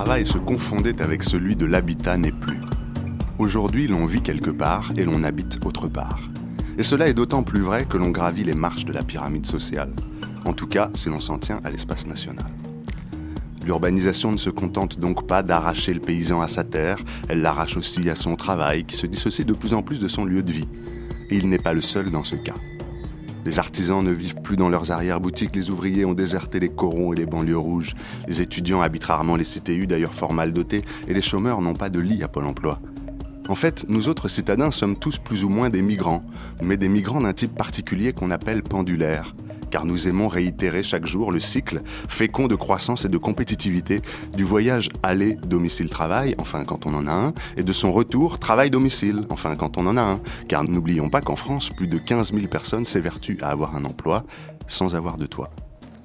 travail se confondait avec celui de l'habitat n'est plus. Aujourd'hui, l'on vit quelque part et l'on habite autre part. Et cela est d'autant plus vrai que l'on gravit les marches de la pyramide sociale. En tout cas, si l'on s'en tient à l'espace national. L'urbanisation ne se contente donc pas d'arracher le paysan à sa terre, elle l'arrache aussi à son travail, qui se dissocie de plus en plus de son lieu de vie. Et il n'est pas le seul dans ce cas. Les artisans ne vivent plus dans leurs arrière-boutiques, les ouvriers ont déserté les corons et les banlieues rouges, les étudiants habitent rarement les CTU, d'ailleurs fort mal dotés, et les chômeurs n'ont pas de lit à Pôle emploi. En fait, nous autres citadins sommes tous plus ou moins des migrants, mais des migrants d'un type particulier qu'on appelle pendulaire, car nous aimons réitérer chaque jour le cycle fécond de croissance et de compétitivité du voyage aller-domicile-travail, enfin quand on en a un, et de son retour travail-domicile, enfin quand on en a un, car n'oublions pas qu'en France, plus de 15 000 personnes s'évertuent à avoir un emploi sans avoir de toit.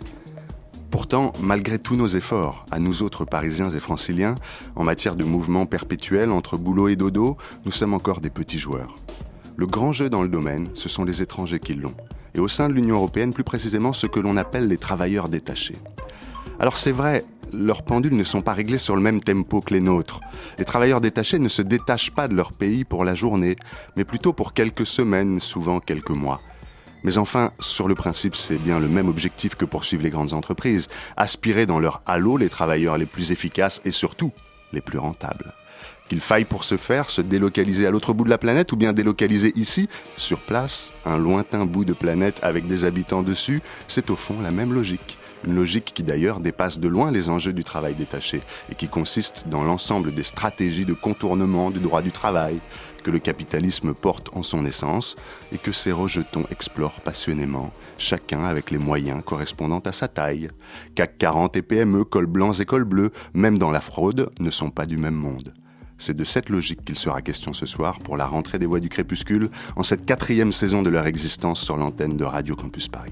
Pourtant, malgré tous nos efforts, à nous autres Parisiens et Franciliens, en matière de mouvement perpétuel entre boulot et dodo, nous sommes encore des petits joueurs. Le grand jeu dans le domaine, ce sont les étrangers qui l'ont. Et au sein de l'Union européenne, plus précisément ce que l'on appelle les travailleurs détachés. Alors c'est vrai, leurs pendules ne sont pas réglées sur le même tempo que les nôtres. Les travailleurs détachés ne se détachent pas de leur pays pour la journée, mais plutôt pour quelques semaines, souvent quelques mois. Mais enfin, sur le principe, c'est bien le même objectif que poursuivent les grandes entreprises, aspirer dans leur halo les travailleurs les plus efficaces et surtout les plus rentables. Qu'il faille pour ce faire se délocaliser à l'autre bout de la planète ou bien délocaliser ici, sur place, un lointain bout de planète avec des habitants dessus, c'est au fond la même logique. Une logique qui d'ailleurs dépasse de loin les enjeux du travail détaché et qui consiste dans l'ensemble des stratégies de contournement du droit du travail que le capitalisme porte en son essence et que ses rejetons explorent passionnément, chacun avec les moyens correspondant à sa taille. CAC 40 et PME, cols blancs et cols bleus, même dans la fraude, ne sont pas du même monde. C'est de cette logique qu'il sera question ce soir pour la rentrée des Voix du Crépuscule en cette 4e saison de leur existence sur l'antenne de Radio Campus Paris.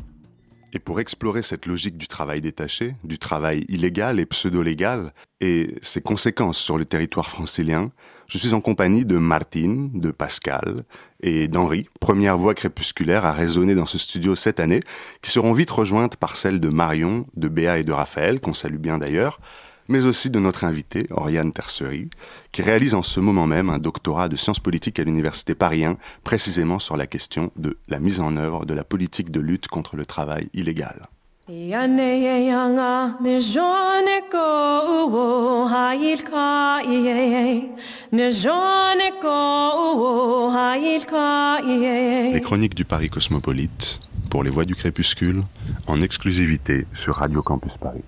Et pour explorer cette logique du travail détaché, du travail illégal et pseudo-légal et ses conséquences sur le territoire francilien, je suis en compagnie de Martine, de Pascal et d'Henri, première voix crépusculaire à résonner dans ce studio cette année, qui seront vite rejointes par celles de Marion, de Béa et de Raphaël, qu'on salue bien d'ailleurs, mais aussi de notre invité, Oriane Tercery, qui réalise en ce moment même un doctorat de sciences politiques à l'Université Paris 1, précisément sur la question de la mise en œuvre de la politique de lutte contre le travail illégal. Les chroniques du Paris Cosmopolite, pour les Voix du Crépuscule, en exclusivité sur Radio Campus Paris.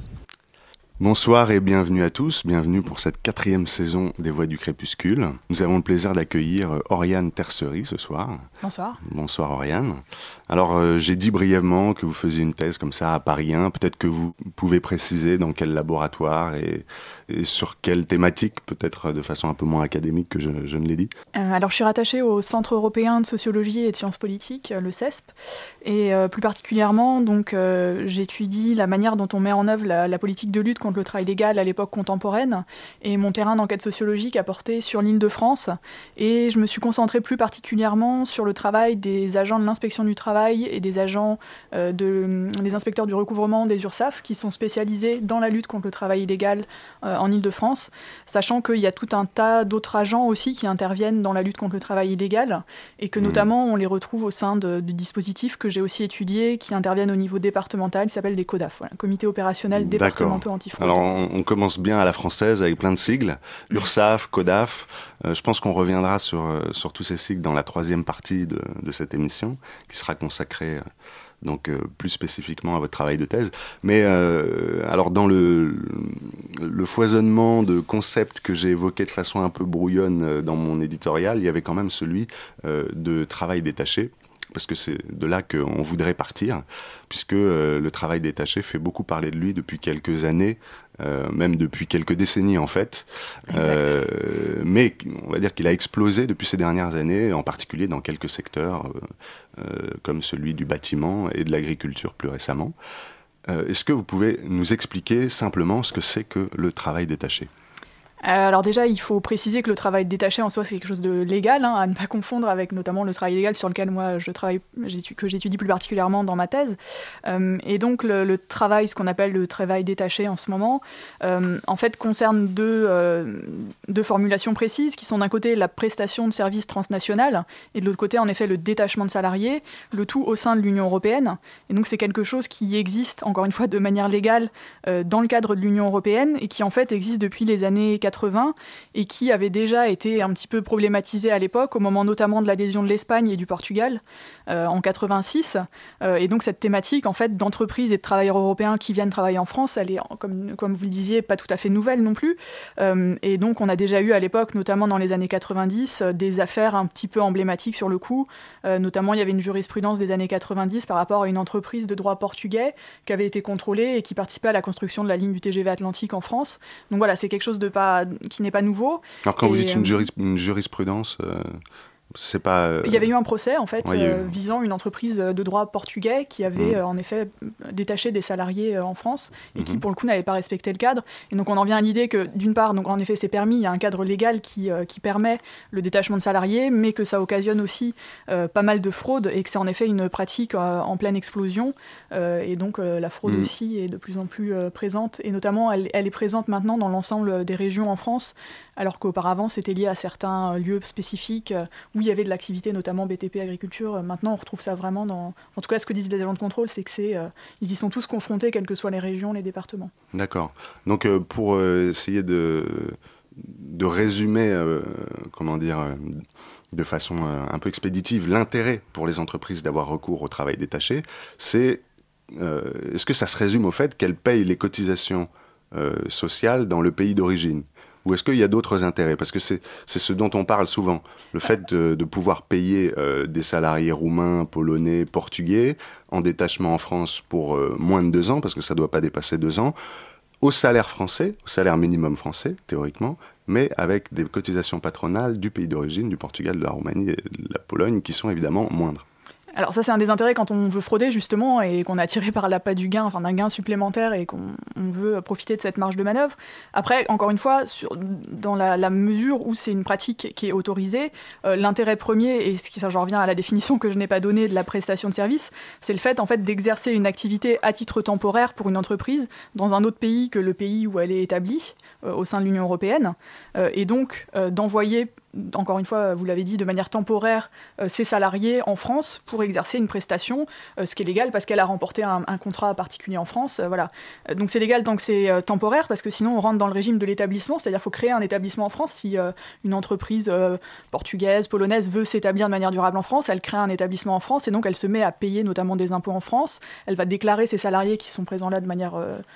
Bonsoir et bienvenue à tous, bienvenue pour cette 4e saison des Voix du Crépuscule. Nous avons le plaisir d'accueillir Oriane Tercery ce soir. Bonsoir. Bonsoir Oriane. Alors j'ai dit brièvement que vous faisiez une thèse comme ça à Paris 1, peut-être que vous pouvez préciser dans quel laboratoire et sur quelle thématique, peut-être de façon un peu moins académique que je ne l'ai dit. Alors je suis rattachée au Centre européen de sociologie et de sciences politiques, le CESP, et plus particulièrement donc j'étudie la manière dont on met en œuvre la politique de lutte contre le travail illégal à l'époque contemporaine, et mon terrain d'enquête sociologique a porté sur l'Île-de-France, et je me suis concentrée plus particulièrement sur le travail des agents de l'inspection du travail et des agents des inspecteurs du recouvrement des URSSAF qui sont spécialisés dans la lutte contre le travail illégal en Île-de-France, sachant qu'il y a tout un tas d'autres agents aussi qui interviennent dans la lutte contre le travail illégal et que notamment on les retrouve au sein du dispositif que j'ai aussi étudié qui interviennent au niveau départemental, qui s'appelle les CODAF, voilà, Comité opérationnel départementaux antifraude. Alors on commence bien à la française avec plein de sigles, URSSAF, CODAF, je pense qu'on reviendra sur tous ces sigles dans la 3e partie de cette émission qui sera consacrée donc plus spécifiquement à votre travail de thèse. Mais alors dans le foisonnement de concepts que j'ai évoqués de façon un peu brouillonne dans mon éditorial, il y avait quand même celui de travail détaché, parce que c'est de là qu'on voudrait partir, puisque le travail détaché fait beaucoup parler de lui depuis quelques années, même depuis quelques décennies en fait, mais on va dire qu'il a explosé depuis ces dernières années, en particulier dans quelques secteurs comme celui du bâtiment et de l'agriculture plus récemment. Est-ce que vous pouvez nous expliquer simplement ce que c'est que le travail détaché ? Alors déjà, il faut préciser que le travail détaché en soi, c'est quelque chose de légal, à ne pas confondre avec notamment le travail légal sur lequel moi je travaille, que j'étudie plus particulièrement dans ma thèse. Et donc le travail, ce qu'on appelle le travail détaché en ce moment, en fait concerne deux formulations précises qui sont d'un côté la prestation de services transnationales et de l'autre côté en effet le détachement de salariés, le tout au sein de l'Union européenne. Et donc c'est quelque chose qui existe encore une fois de manière légale dans le cadre de l'Union européenne et qui en fait existe depuis les années 80 et qui avait déjà été un petit peu problématisé à l'époque, au moment notamment de l'adhésion de l'Espagne et du Portugal en 86. Et donc cette thématique en fait d'entreprises et de travailleurs européens qui viennent travailler en France, elle est, comme vous le disiez, pas tout à fait nouvelle non plus. Et donc on a déjà eu à l'époque, notamment dans les années 90, des affaires un petit peu emblématiques sur le coup. Notamment il y avait une jurisprudence des années 90 par rapport à une entreprise de droit portugais qui avait été contrôlée et qui participait à la construction de la ligne du TGV Atlantique en France. Donc voilà, c'est quelque chose qui n'est pas nouveau. Alors quand vous dites une jurisprudence, c'est pas... Il y avait eu un procès en fait visant une entreprise de droit portugais qui avait en effet détaché des salariés en France et qui pour le coup n'avait pas respecté le cadre. Et donc on en vient à l'idée que d'une part, donc en effet c'est permis, il y a un cadre légal qui permet le détachement de salariés, mais que ça occasionne aussi pas mal de fraude et que c'est en effet une pratique en pleine explosion. Et donc la fraude aussi est de plus en plus présente et notamment elle est présente maintenant dans l'ensemble des régions en France, alors qu'auparavant c'était lié à certains lieux spécifiques où il y avait de l'activité, notamment BTP, agriculture. Maintenant, on retrouve ça vraiment dans... En tout cas, ce que disent les agents de contrôle, c'est que ils y sont tous confrontés, quelles que soient les régions, les départements. D'accord. Donc, pour essayer de résumer, de façon un peu expéditive, l'intérêt pour les entreprises d'avoir recours au travail détaché, c'est... est-ce que ça se résume au fait qu'elles payent les cotisations sociales dans le pays d'origine ? Ou est-ce qu'il y a d'autres intérêts ? Parce que c'est ce dont on parle souvent. Le fait de pouvoir payer des salariés roumains, polonais, portugais en détachement en France pour moins de 2 ans, parce que ça ne doit pas dépasser 2 ans, au salaire français, au salaire minimum français, théoriquement, mais avec des cotisations patronales du pays d'origine, du Portugal, de la Roumanie et de la Pologne, qui sont évidemment moindres. Alors ça, c'est un des intérêts quand on veut frauder, justement, et qu'on est attiré par l'appât du gain, enfin d'un gain supplémentaire, et qu'on veut profiter de cette marge de manœuvre. Après, encore une fois, dans la mesure où c'est une pratique qui est autorisée, l'intérêt premier, et j'en reviens à la définition que je n'ai pas donnée de la prestation de service, c'est le fait, en fait, d'exercer une activité à titre temporaire pour une entreprise dans un autre pays que le pays où elle est établie, au sein de l'Union européenne, et donc d'envoyer... encore une fois, vous l'avez dit, de manière temporaire, ses salariés en France pour exercer une prestation, ce qui est légal parce qu'elle a remporté un contrat particulier en France. Voilà. Donc c'est légal tant que c'est temporaire, parce que sinon on rentre dans le régime de l'établissement, c'est-à-dire qu'il faut créer un établissement en France. Si une entreprise portugaise, polonaise veut s'établir de manière durable en France, elle crée un établissement en France et donc elle se met à payer notamment des impôts en France. Elle va déclarer ses salariés qui sont présents là de manière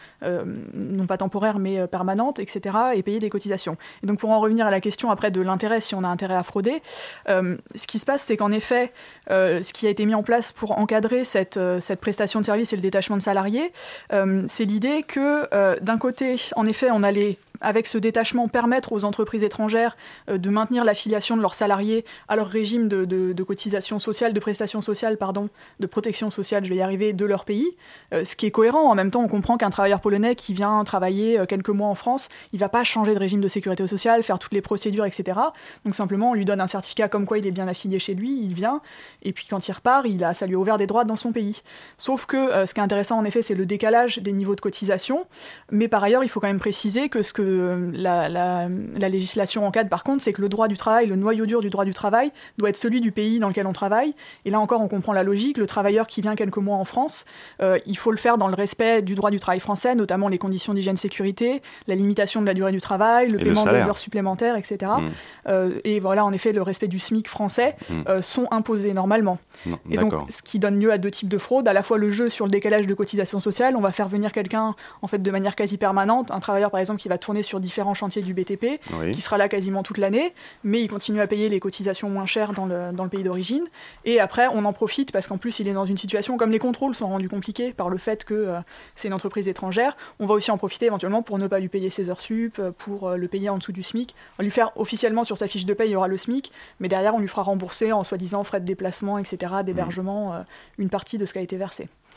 non pas temporaire mais permanente, etc. et payer des cotisations. Et donc pour en revenir à la question après de l'intérêt, si on a intérêt à frauder. Ce qui se passe, c'est qu'en effet, ce qui a été mis en place pour encadrer cette prestation de service et le détachement de salariés, c'est l'idée que, d'un côté, en effet, on allait, avec ce détachement, permettre aux entreprises étrangères de maintenir l'affiliation de leurs salariés à leur régime de cotisation sociale, de prestation sociale, de protection sociale, je vais y arriver, de leur pays, ce qui est cohérent. En même temps, on comprend qu'un travailleur polonais qui vient travailler quelques mois en France, il ne va pas changer de régime de sécurité sociale, faire toutes les procédures, etc. Donc simplement, on lui donne un certificat comme quoi il est bien affilié chez lui, il vient, et puis quand il repart, ça lui a ouvert des droits dans son pays. Sauf que ce qui est intéressant, en effet, c'est le décalage des niveaux de cotisation, mais par ailleurs, il faut quand même préciser que ce que la législation encadre, par contre, c'est que le droit du travail, le noyau dur du droit du travail, doit être celui du pays dans lequel on travaille, et là encore, on comprend la logique, le travailleur qui vient quelques mois en France, il faut le faire dans le respect du droit du travail français, notamment les conditions d'hygiène-sécurité, la limitation de la durée du travail, le paiement des heures supplémentaires, etc. Et voilà, en effet, le respect du SMIC français sont imposés normalement. Non, et donc, ce qui donne lieu à 2 types de fraude, à la fois le jeu sur le décalage de cotisation sociale, on va faire venir quelqu'un, en fait, de manière quasi permanente, un travailleur, par exemple, qui va tourner sur différents chantiers du BTP, qui sera là quasiment toute l'année, mais il continue à payer les cotisations moins chères dans le pays d'origine, et après, on en profite, parce qu'en plus, il est dans une situation, comme les contrôles sont rendus compliqués par le fait que c'est une entreprise étrangère, on va aussi en profiter éventuellement pour ne pas lui payer ses heures sup, pour le payer en dessous du SMIC, on va lui faire officiellement sur sa fiche de paye, il y aura le SMIC, mais derrière, on lui fera rembourser en soi-disant frais de déplacement, etc., d'hébergement, une partie de ce qui a été versé.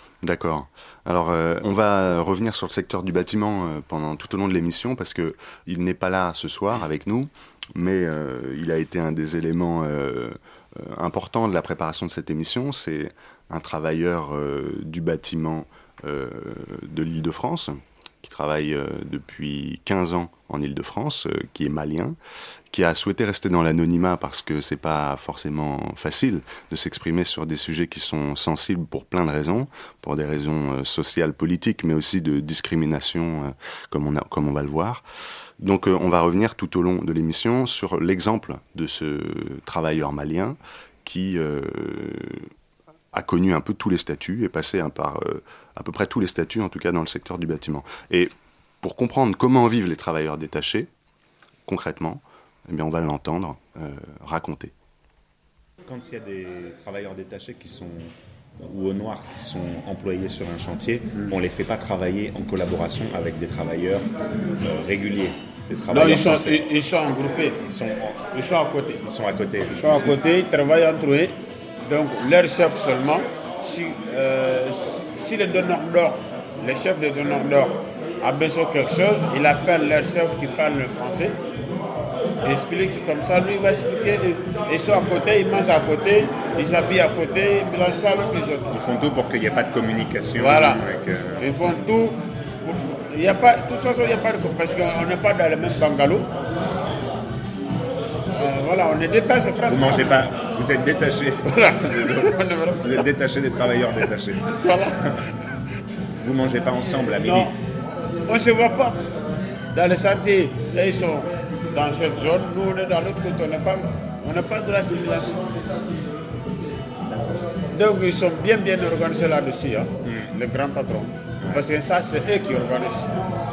D'accord. Alors, on va revenir sur le secteur du bâtiment pendant tout au long de l'émission parce que il n'est pas là ce soir avec nous, mais il a été un des éléments importants de la préparation de cette émission. C'est un travailleur du bâtiment de l'Île-de-France qui travaille depuis 15 ans en Île-de-France, qui est malien, qui a souhaité rester dans l'anonymat parce que c'est pas forcément facile de s'exprimer sur des sujets qui sont sensibles pour plein de raisons, pour des raisons sociales, politiques, mais aussi de discrimination, comme on va le voir. Donc on va revenir tout au long de l'émission sur l'exemple de ce travailleur malien qui a connu un peu tous les statuts, est passé par à peu près tous les statuts, en tout cas dans le secteur du bâtiment. Et pour comprendre comment vivent les travailleurs détachés, concrètement, eh bien on va l'entendre raconter. Quand il y a des travailleurs détachés ou au noir qui sont employés sur un chantier, on ne les fait pas travailler en collaboration avec des travailleurs réguliers. Non, ils sont regroupés. Ils sont à côté. Ils sont à côté. Ils sont à côté, ils travaillent entre eux. Donc leur chef seulement, si le donneur d'ordre, le chef de donneur d'ordre a besoin de quelque chose, il appelle leur chef qui parle le français, il explique comme ça, lui il va expliquer, ils sont à côté, ils mangent à côté, ils s'habillent à côté, ils ne mélangent pas avec les autres. Ils font tout pour qu'il n'y ait pas de communication. Voilà, ils font tout. De toute façon, il n'y a pas de... Parce qu'on n'est pas dans le même bungalow. Voilà, on est détaché, frère. Vous ne mangez pas, vous êtes détaché. Voilà. Vous êtes détaché des travailleurs détachés. Voilà. Vous ne mangez pas ensemble à midi. Non, on ne se voit pas. Dans les chantiers, ils sont dans cette zone, nous on est dans l'autre côté, on n'a pas de la civilisation. Donc ils sont bien organisés là-dessus, hein, les grands patrons. Parce que ça, c'est eux qui organisent.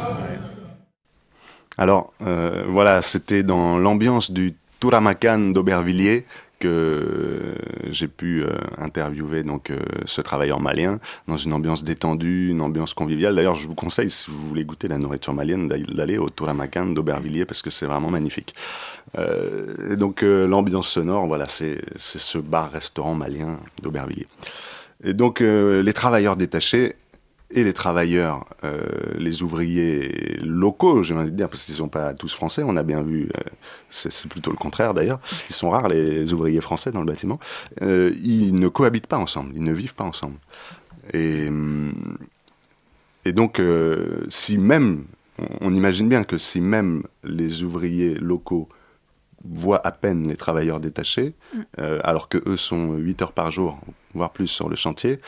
Alors, voilà, c'était dans l'ambiance du Touramacan d'Aubervilliers que j'ai pu interviewer donc ce travailleur malien dans une ambiance détendue, une ambiance conviviale. D'ailleurs, je vous conseille, si vous voulez goûter la nourriture malienne, d'aller au Touramacan d'Aubervilliers parce que c'est vraiment magnifique. Et donc, l'ambiance sonore, voilà, c'est ce bar-restaurant malien d'Aubervilliers. Et donc, les travailleurs détachés et les travailleurs, les ouvriers locaux, j'ai envie de dire, parce qu'ils ne sont pas tous français, on a bien vu, c'est plutôt le contraire d'ailleurs, ils sont rares les ouvriers français dans le bâtiment, ils ne cohabitent pas ensemble, ils ne vivent pas ensemble. Et donc, si même, on imagine bien que si même les ouvriers locaux voient à peine les travailleurs détachés, alors qu'eux sont 8 heures par jour, voire plus sur le chantier,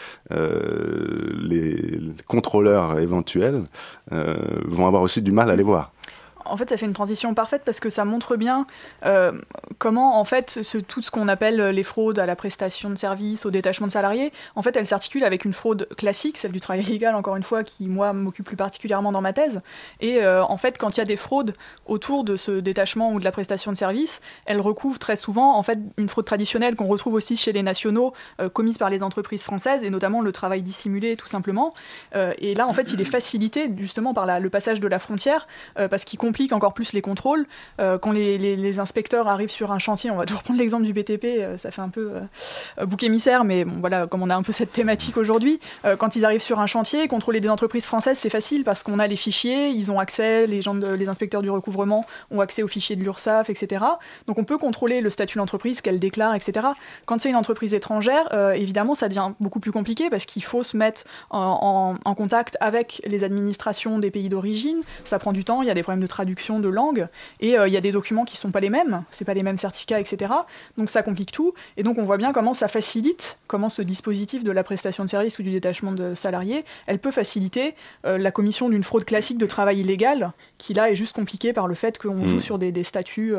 les contrôleurs éventuels vont avoir aussi du mal à les voir. En fait, ça fait une transition parfaite parce que ça montre bien comment, en fait, tout ce qu'on appelle les fraudes à la prestation de services, au détachement de salariés, en fait, elles s'articulent avec une fraude classique, celle du travail illégal, encore une fois, qui, moi, m'occupe plus particulièrement dans ma thèse. Et en fait, quand il y a des fraudes autour de ce détachement ou de la prestation de services, elles recouvrent très souvent, en fait, une fraude traditionnelle qu'on retrouve aussi chez les nationaux, commise par les entreprises françaises, et notamment le travail dissimulé, tout simplement. Et là, en fait, il est facilité, justement, par le passage de la frontière, parce qu'il complique encore plus les contrôles. Quand les inspecteurs arrivent sur un chantier, on va toujours prendre l'exemple du BTP, ça fait un peu bouc émissaire, mais bon, voilà, comme on a un peu cette thématique aujourd'hui, quand ils arrivent sur un chantier, contrôler des entreprises françaises, c'est facile parce qu'on a les fichiers, ils ont accès, les inspecteurs du recouvrement ont accès aux fichiers de l'URSSAF, etc. Donc on peut contrôler le statut de l'entreprise, qu'elle déclare, etc. Quand c'est une entreprise étrangère, évidemment, ça devient beaucoup plus compliqué parce qu'il faut se mettre en contact avec les administrations des pays d'origine. Ça prend du temps, il y a des problèmes de traduction de langue, et il y a des documents qui ne sont pas les mêmes, c'est pas les mêmes certificats, etc. Donc ça complique tout, et donc on voit bien comment ça facilite, comment ce dispositif de la prestation de service ou du détachement de salariés, elle peut faciliter la commission d'une fraude classique de travail illégal, qui là est juste compliquée par le fait qu'on joue sur des statuts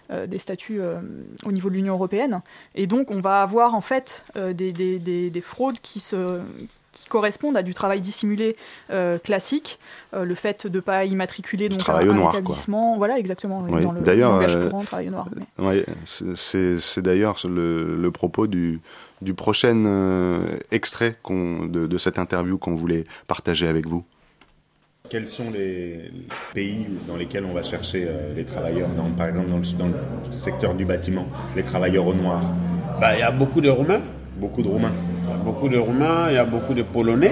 au niveau de l'Union européenne, et donc on va avoir en fait des fraudes qui correspondent à du travail dissimulé classique, le fait de ne pas immatriculer donc un établissement, voilà, exactement, oui, dans le langage courant, travail au noir. Mais... Oui, c'est d'ailleurs le propos du prochain extrait de cette interview qu'on voulait partager avec vous. Quels sont les pays dans lesquels on va chercher les travailleurs, par exemple dans le secteur du bâtiment, les travailleurs au noir? Il y a beaucoup de Roumains, Beaucoup de Roumains. Il y a beaucoup de Roumains, il y a beaucoup de Polonais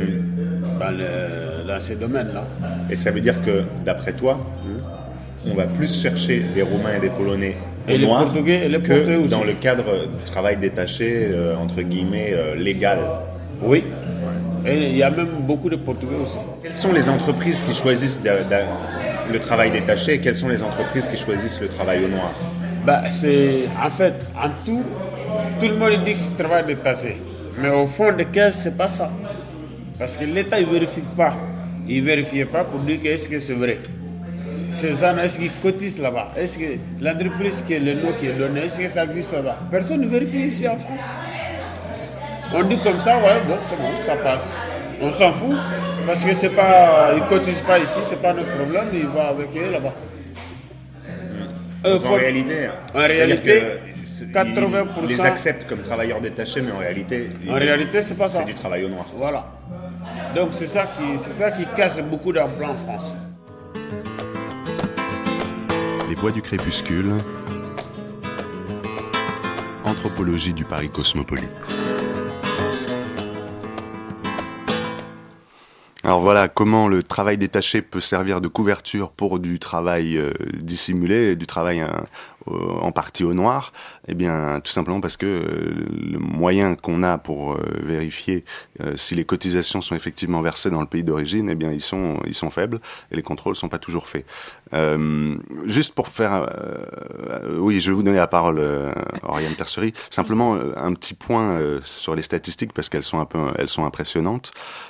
dans ces domaines-là. Et ça veut dire que, d'après toi, on va plus chercher des Roumains et des Polonais Et les noirs Portugais et les que Portugais aussi. dans le cadre du travail détaché, entre guillemets, légal. Oui. Et il y a même beaucoup de Portugais aussi. Quelles sont les entreprises qui choisissent le travail détaché et quelles sont les entreprises qui choisissent le travail au noir? C'est, en fait, en tout le monde dit que c'est travail détaché. Mais au fond de caisse, c'est pas ça. Parce que l'État, il ne vérifie pas. Il ne vérifie pas pour dire que est-ce que c'est vrai. Ces gens, est-ce qu'ils cotisent là-bas? Est-ce que l'entreprise qui est le nom qui est donné, est-ce que ça existe là-bas? Personne ne vérifie ici en France. On dit comme ça, ouais, bon, c'est bon, ça passe. On s'en fout, parce que c'est pas, ils ne cotisent pas ici, c'est pas notre problème, ils vont avec eux là-bas. En réalité, 80%. Ils les acceptent comme travailleurs détachés, mais en réalité, c'est pas ça. C'est du travail au noir. Voilà. Donc c'est ça qui casse beaucoup d'emplois en France. Les voix du crépuscule. Anthropologie du Paris cosmopolite. Alors voilà comment le travail détaché peut servir de couverture pour du travail dissimulé, du travail en partie au noir. Eh bien, tout simplement parce que le moyen qu'on a pour vérifier si les cotisations sont effectivement versées dans le pays d'origine, eh bien, ils sont faibles et les contrôles sont pas toujours faits. Juste pour faire, oui, je vais vous donner la parole, Oriane Tercery. Simplement un petit point sur les statistiques parce qu'elles sont impressionnantes.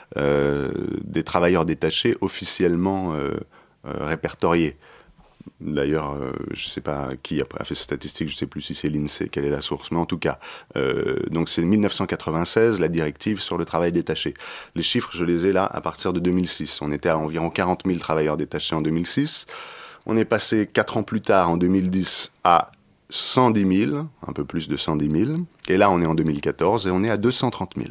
Des travailleurs détachés officiellement répertoriés. D'ailleurs, je ne sais pas qui a fait ces statistiques, je ne sais plus si c'est l'INSEE, quelle est la source, mais en tout cas, donc c'est 1996, la directive sur le travail détaché. Les chiffres, je les ai là à partir de 2006. On était à environ 40 000 travailleurs détachés en 2006. On est passé 4 ans plus tard, en 2010, à 110 000, un peu plus de 110 000. Et là, on est en 2014 et on est à 230 000.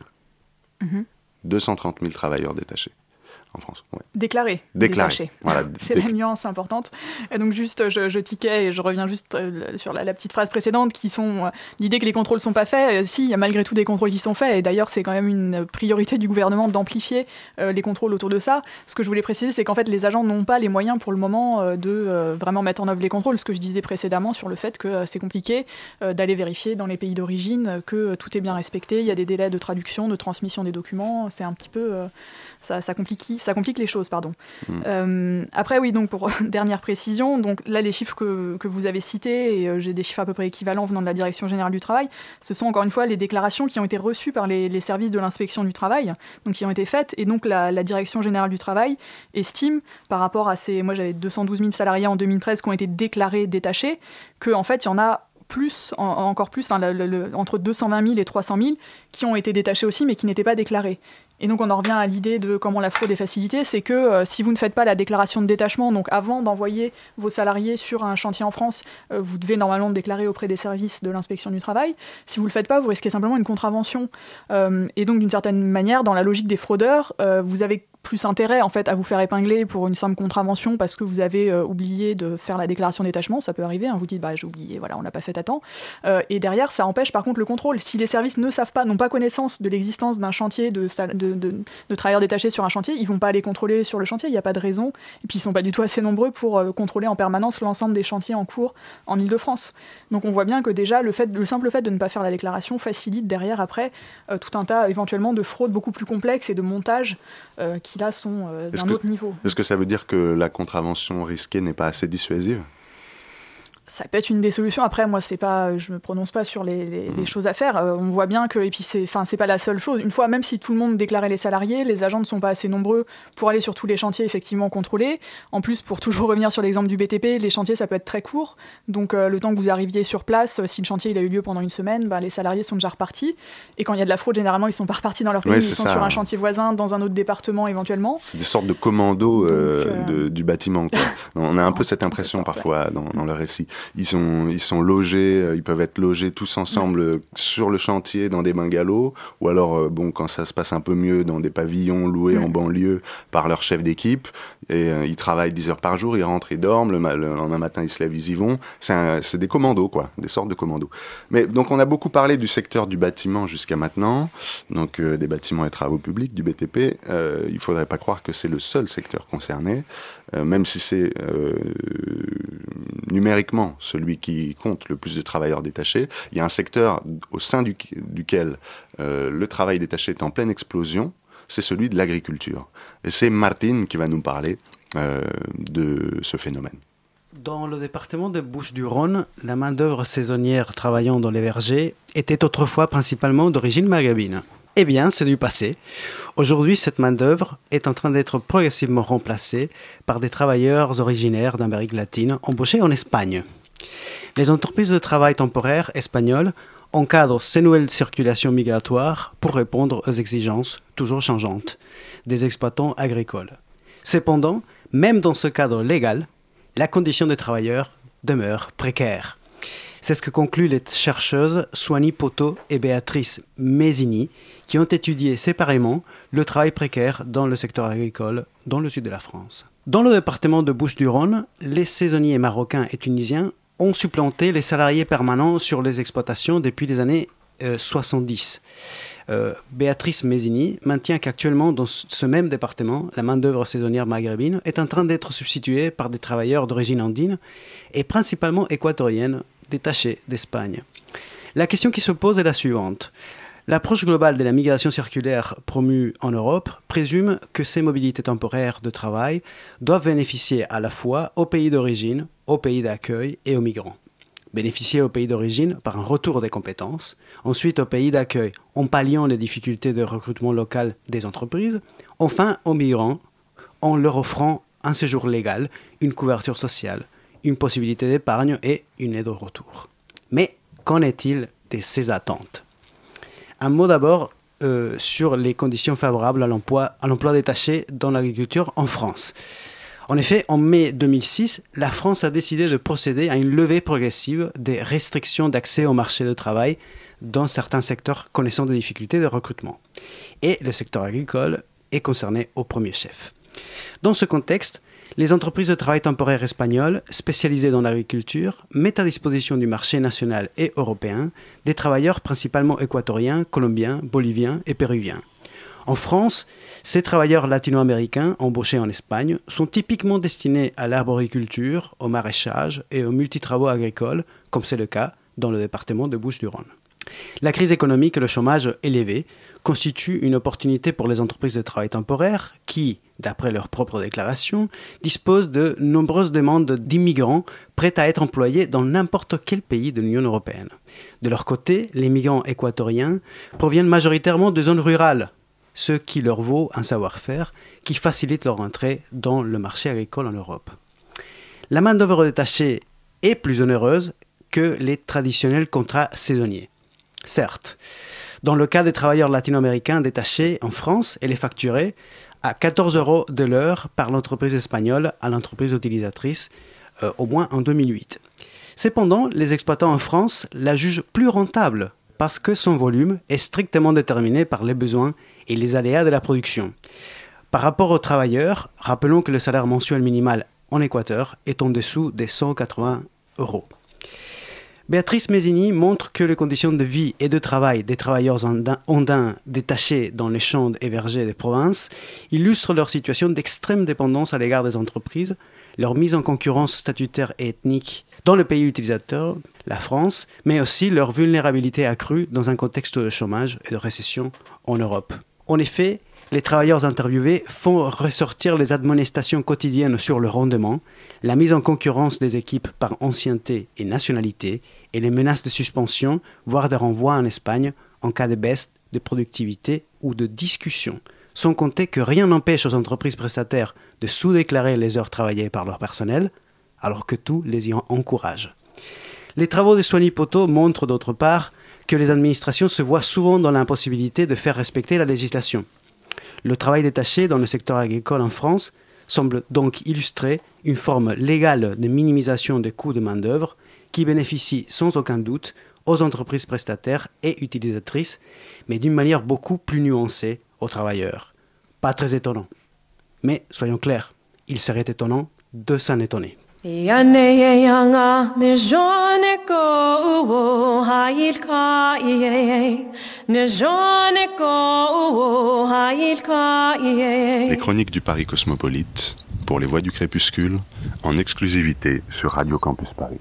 230 000 travailleurs détachés en France. Ouais. Déclarés. Voilà, c'est la nuance importante. Et donc juste, je tiquais et je reviens juste sur la petite phrase précédente qui sont l'idée que les contrôles sont pas faits. Si, il y a malgré tout des contrôles qui sont faits. Et d'ailleurs, c'est quand même une priorité du gouvernement d'amplifier les contrôles autour de ça. Ce que je voulais préciser, c'est qu'en fait, les agents n'ont pas les moyens pour le moment de vraiment mettre en œuvre les contrôles. Ce que je disais précédemment sur le fait que c'est compliqué d'aller vérifier dans les pays d'origine que tout est bien respecté. Il y a des délais de traduction, de transmission des documents. C'est un petit peu... ça complique les choses, pardon. Après, oui, donc pour dernière précision, donc là, les chiffres que vous avez cités, et j'ai des chiffres à peu près équivalents venant de la Direction générale du travail, ce sont encore une fois les déclarations qui ont été reçues par les services de l'inspection du travail, donc qui ont été faites, et donc la Direction générale du travail estime, par rapport à moi j'avais 212 000 salariés en 2013 qui ont été déclarés détachés, qu'en fait, il y en a encore plus, entre 220 000 et 300 000 qui ont été détachés aussi, mais qui n'étaient pas déclarés. Et donc on en revient à l'idée de comment la fraude est facilitée, c'est que si vous ne faites pas la déclaration de détachement, donc avant d'envoyer vos salariés sur un chantier en France, vous devez normalement le déclarer auprès des services de l'inspection du travail. Si vous ne le faites pas, vous risquez simplement une contravention. Et donc d'une certaine manière, dans la logique des fraudeurs, vous avez plus intérêt en fait à vous faire épingler pour une simple contravention parce que vous avez oublié de faire la déclaration de détachement, ça peut arriver, vous dites j'ai oublié, voilà, on l'a pas fait à temps. Et derrière, ça empêche par contre le contrôle. Si les services ne savent pas, n'ont pas connaissance de l'existence d'un chantier de travailleurs détachés sur un chantier, ils vont pas aller contrôler sur le chantier, il n'y a pas de raison. Et puis ils sont pas du tout assez nombreux pour contrôler en permanence l'ensemble des chantiers en cours en Île-de-France. Donc on voit bien que déjà le simple fait de ne pas faire la déclaration facilite derrière après tout un tas éventuellement de fraudes beaucoup plus complexes et de montages qui là sont d'un autre niveau. Est-ce que ça veut dire que la contravention risquée n'est pas assez dissuasive ? Ça peut être une des solutions. Après, moi, je me prononce pas sur les choses à faire. On voit bien que, et puis c'est pas la seule chose. Une fois, même si tout le monde déclarait les salariés, les agents ne sont pas assez nombreux pour aller sur tous les chantiers effectivement contrôlés. En plus, pour toujours revenir sur l'exemple du BTP, les chantiers ça peut être très court. Donc le temps que vous arriviez sur place, si le chantier il a eu lieu pendant une semaine, les salariés sont déjà repartis. Et quand il y a de la fraude, généralement ils sont pas repartis dans leur pays, ils sont sur un chantier voisin, dans un autre département éventuellement. C'est des sortes de commandos du bâtiment, quoi. On a un peu cette impression parfois dans le récit. ils sont logés, ils peuvent être logés tous ensemble sur le chantier dans des bungalows, ou alors, quand ça se passe un peu mieux, dans des pavillons loués en banlieue par leur chef d'équipe. Et ils travaillent 10 heures par jour, ils rentrent, ils dorment, le lendemain matin ils se lèvent, ils y vont. C'est des commandos, quoi, des sortes de commandos. Mais donc on a beaucoup parlé du secteur du bâtiment jusqu'à maintenant, donc des bâtiments et travaux publics, du BTP. Il faudrait pas croire que c'est le seul secteur concerné, même si c'est numériquement celui qui compte le plus de travailleurs détachés. Il y a un secteur au sein duquel le travail détaché est en pleine explosion, c'est celui de l'agriculture. Et c'est Martine qui va nous parler de ce phénomène. Dans le département de Bouches-du-Rhône, la main-d'œuvre saisonnière travaillant dans les vergers était autrefois principalement d'origine maghrébine. Eh bien, c'est du passé. Aujourd'hui, cette main-d'œuvre est en train d'être progressivement remplacée par des travailleurs originaires d'Amérique latine embauchés en Espagne. Les entreprises de travail temporaire espagnoles encadrent ces nouvelles circulations migratoires pour répondre aux exigences toujours changeantes des exploitants agricoles. Cependant, même dans ce cadre légal, la condition des travailleurs demeure précaire. C'est ce que concluent les chercheuses Soani Poto et Béatrice Mezzini, qui ont étudié séparément le travail précaire dans le secteur agricole dans le sud de la France. Dans le département de Bouches-du-Rhône, les saisonniers marocains et tunisiens ont supplanté les salariés permanents sur les exploitations depuis les années 70. Béatrice Mezzini maintient qu'actuellement, dans ce même département, la main-d'œuvre saisonnière maghrébine est en train d'être substituée par des travailleurs d'origine andine et principalement équatorienne, détachés d'Espagne. La question qui se pose est la suivante. L'approche globale de la migration circulaire promue en Europe présume que ces mobilités temporaires de travail doivent bénéficier à la fois aux pays d'origine, aux pays d'accueil et aux migrants. Bénéficier au pays d'origine par un retour des compétences, ensuite au pays d'accueil en palliant les difficultés de recrutement local des entreprises, enfin aux migrants en leur offrant un séjour légal, une couverture sociale, une possibilité d'épargne et une aide au retour. Mais qu'en est-il de ces attentes ? Un mot d'abord sur les conditions favorables à l'emploi détaché dans l'agriculture en France. En effet, en mai 2006, la France a décidé de procéder à une levée progressive des restrictions d'accès au marché de travail dans certains secteurs connaissant des difficultés de recrutement. Et le secteur agricole est concerné au premier chef. Dans ce contexte, les entreprises de travail temporaire espagnoles spécialisées dans l'agriculture mettent à disposition du marché national et européen des travailleurs principalement équatoriens, colombiens, boliviens et péruviens. En France, ces travailleurs latino-américains embauchés en Espagne sont typiquement destinés à l'arboriculture, au maraîchage et aux multitravaux agricoles, comme c'est le cas dans le département de Bouches-du-Rhône. La crise économique et le chômage élevé constituent une opportunité pour les entreprises de travail temporaire qui, d'après leurs propres déclarations, disposent de nombreuses demandes d'immigrants prêts à être employés dans n'importe quel pays de l'Union européenne. De leur côté, les migrants équatoriens proviennent majoritairement de zones rurales, ce qui leur vaut un savoir-faire qui facilite leur entrée dans le marché agricole en Europe. La main-d'œuvre détachée est plus onéreuse que les traditionnels contrats saisonniers. Certes, dans le cas des travailleurs latino-américains détachés en France, elle est facturée à 14 € de l'heure par l'entreprise espagnole à l'entreprise utilisatrice, au moins en 2008. Cependant, les exploitants en France la jugent plus rentable parce que son volume est strictement déterminé par les besoins et les aléas de la production. Par rapport aux travailleurs, rappelons que le salaire mensuel minimal en Équateur est en dessous des 180 €. Béatrice Mezzini montre que les conditions de vie et de travail des travailleurs andins détachés dans les champs et vergers des provinces illustrent leur situation d'extrême dépendance à l'égard des entreprises, leur mise en concurrence statutaire et ethnique dans le pays utilisateur, la France, mais aussi leur vulnérabilité accrue dans un contexte de chômage et de récession en Europe. En effet, les travailleurs interviewés font ressortir les admonestations quotidiennes sur le rendement, la mise en concurrence des équipes par ancienneté et nationalité, et les menaces de suspension, voire de renvoi en Espagne en cas de baisse de productivité ou de discussion. Sans compter que rien n'empêche aux entreprises prestataires de sous-déclarer les heures travaillées par leur personnel, alors que tout les y encourage. Les travaux de Soani Poto montrent d'autre part que les administrations se voient souvent dans l'impossibilité de faire respecter la législation. Le travail détaché dans le secteur agricole en France semble donc illustrer une forme légale de minimisation des coûts de main-d'œuvre qui bénéficie sans aucun doute aux entreprises prestataires et utilisatrices, mais d'une manière beaucoup plus nuancée aux travailleurs. Pas très étonnant. Mais soyons clairs, il serait étonnant de s'en étonner. Les chroniques du Paris Cosmopolite, pour les Voix du Crépuscule, en exclusivité sur Radio Campus Paris.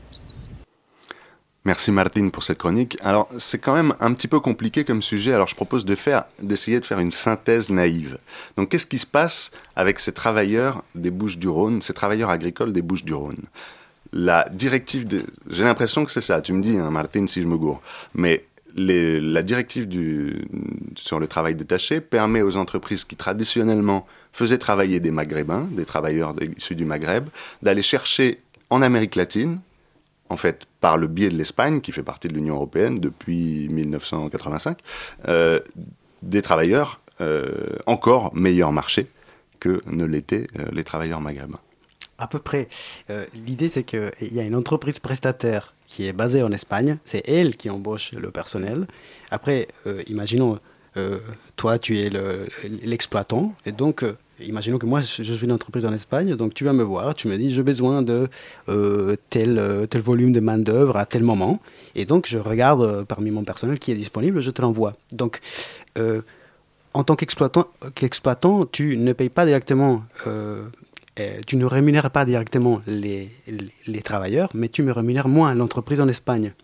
Merci Martine pour cette chronique. Alors c'est quand même un petit peu compliqué comme sujet, alors je propose d'essayer de faire une synthèse naïve. Donc qu'est-ce qui se passe avec ces travailleurs des Bouches-du-Rhône, ces travailleurs agricoles des Bouches-du-Rhône ? La directive, j'ai l'impression que c'est ça, tu me dis hein, Martine si je me gourre, mais la directive sur le travail détaché permet aux entreprises qui traditionnellement faisaient travailler des Maghrébins, des travailleurs issus du Maghreb, d'aller chercher en Amérique latine, en fait, par le biais de l'Espagne, qui fait partie de l'Union européenne depuis 1985, des travailleurs encore meilleur marché que ne l'étaient les travailleurs maghrébins. À peu près. L'idée, c'est qu'il y a une entreprise prestataire qui est basée en Espagne. C'est elle qui embauche le personnel. Après, imaginons, toi, tu es l'exploitant. Et donc, imaginons que moi, je suis une entreprise en Espagne. Donc, tu vas me voir. Tu me dis, j'ai besoin de tel volume de main-d'œuvre à tel moment. Et donc, je regarde parmi mon personnel qui est disponible. Je te l'envoie. Donc, en tant qu'exploitant, tu ne payes pas directement... tu ne rémunères pas directement les travailleurs, mais tu me rémunères moins l'entreprise en Espagne,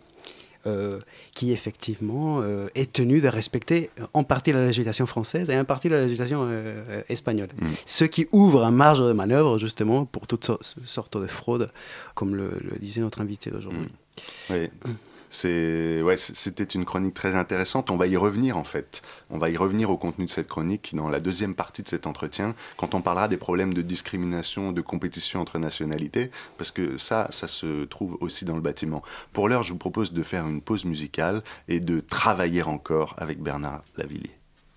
qui effectivement est tenue de respecter en partie la législation française et en partie la législation espagnole. Ce qui ouvre un marge de manœuvre justement pour toutes sortes de fraudes, comme le disait notre invité d'aujourd'hui. Oui. C'était une chronique très intéressante. On va y revenir en fait. On va y revenir au contenu de cette chronique dans la deuxième partie de cet entretien, quand on parlera des problèmes de discrimination, de compétition entre nationalités, parce que ça se trouve aussi dans le bâtiment. Pour l'heure, je vous propose de faire une pause musicale et de travailler encore avec Bernard Lavilliers.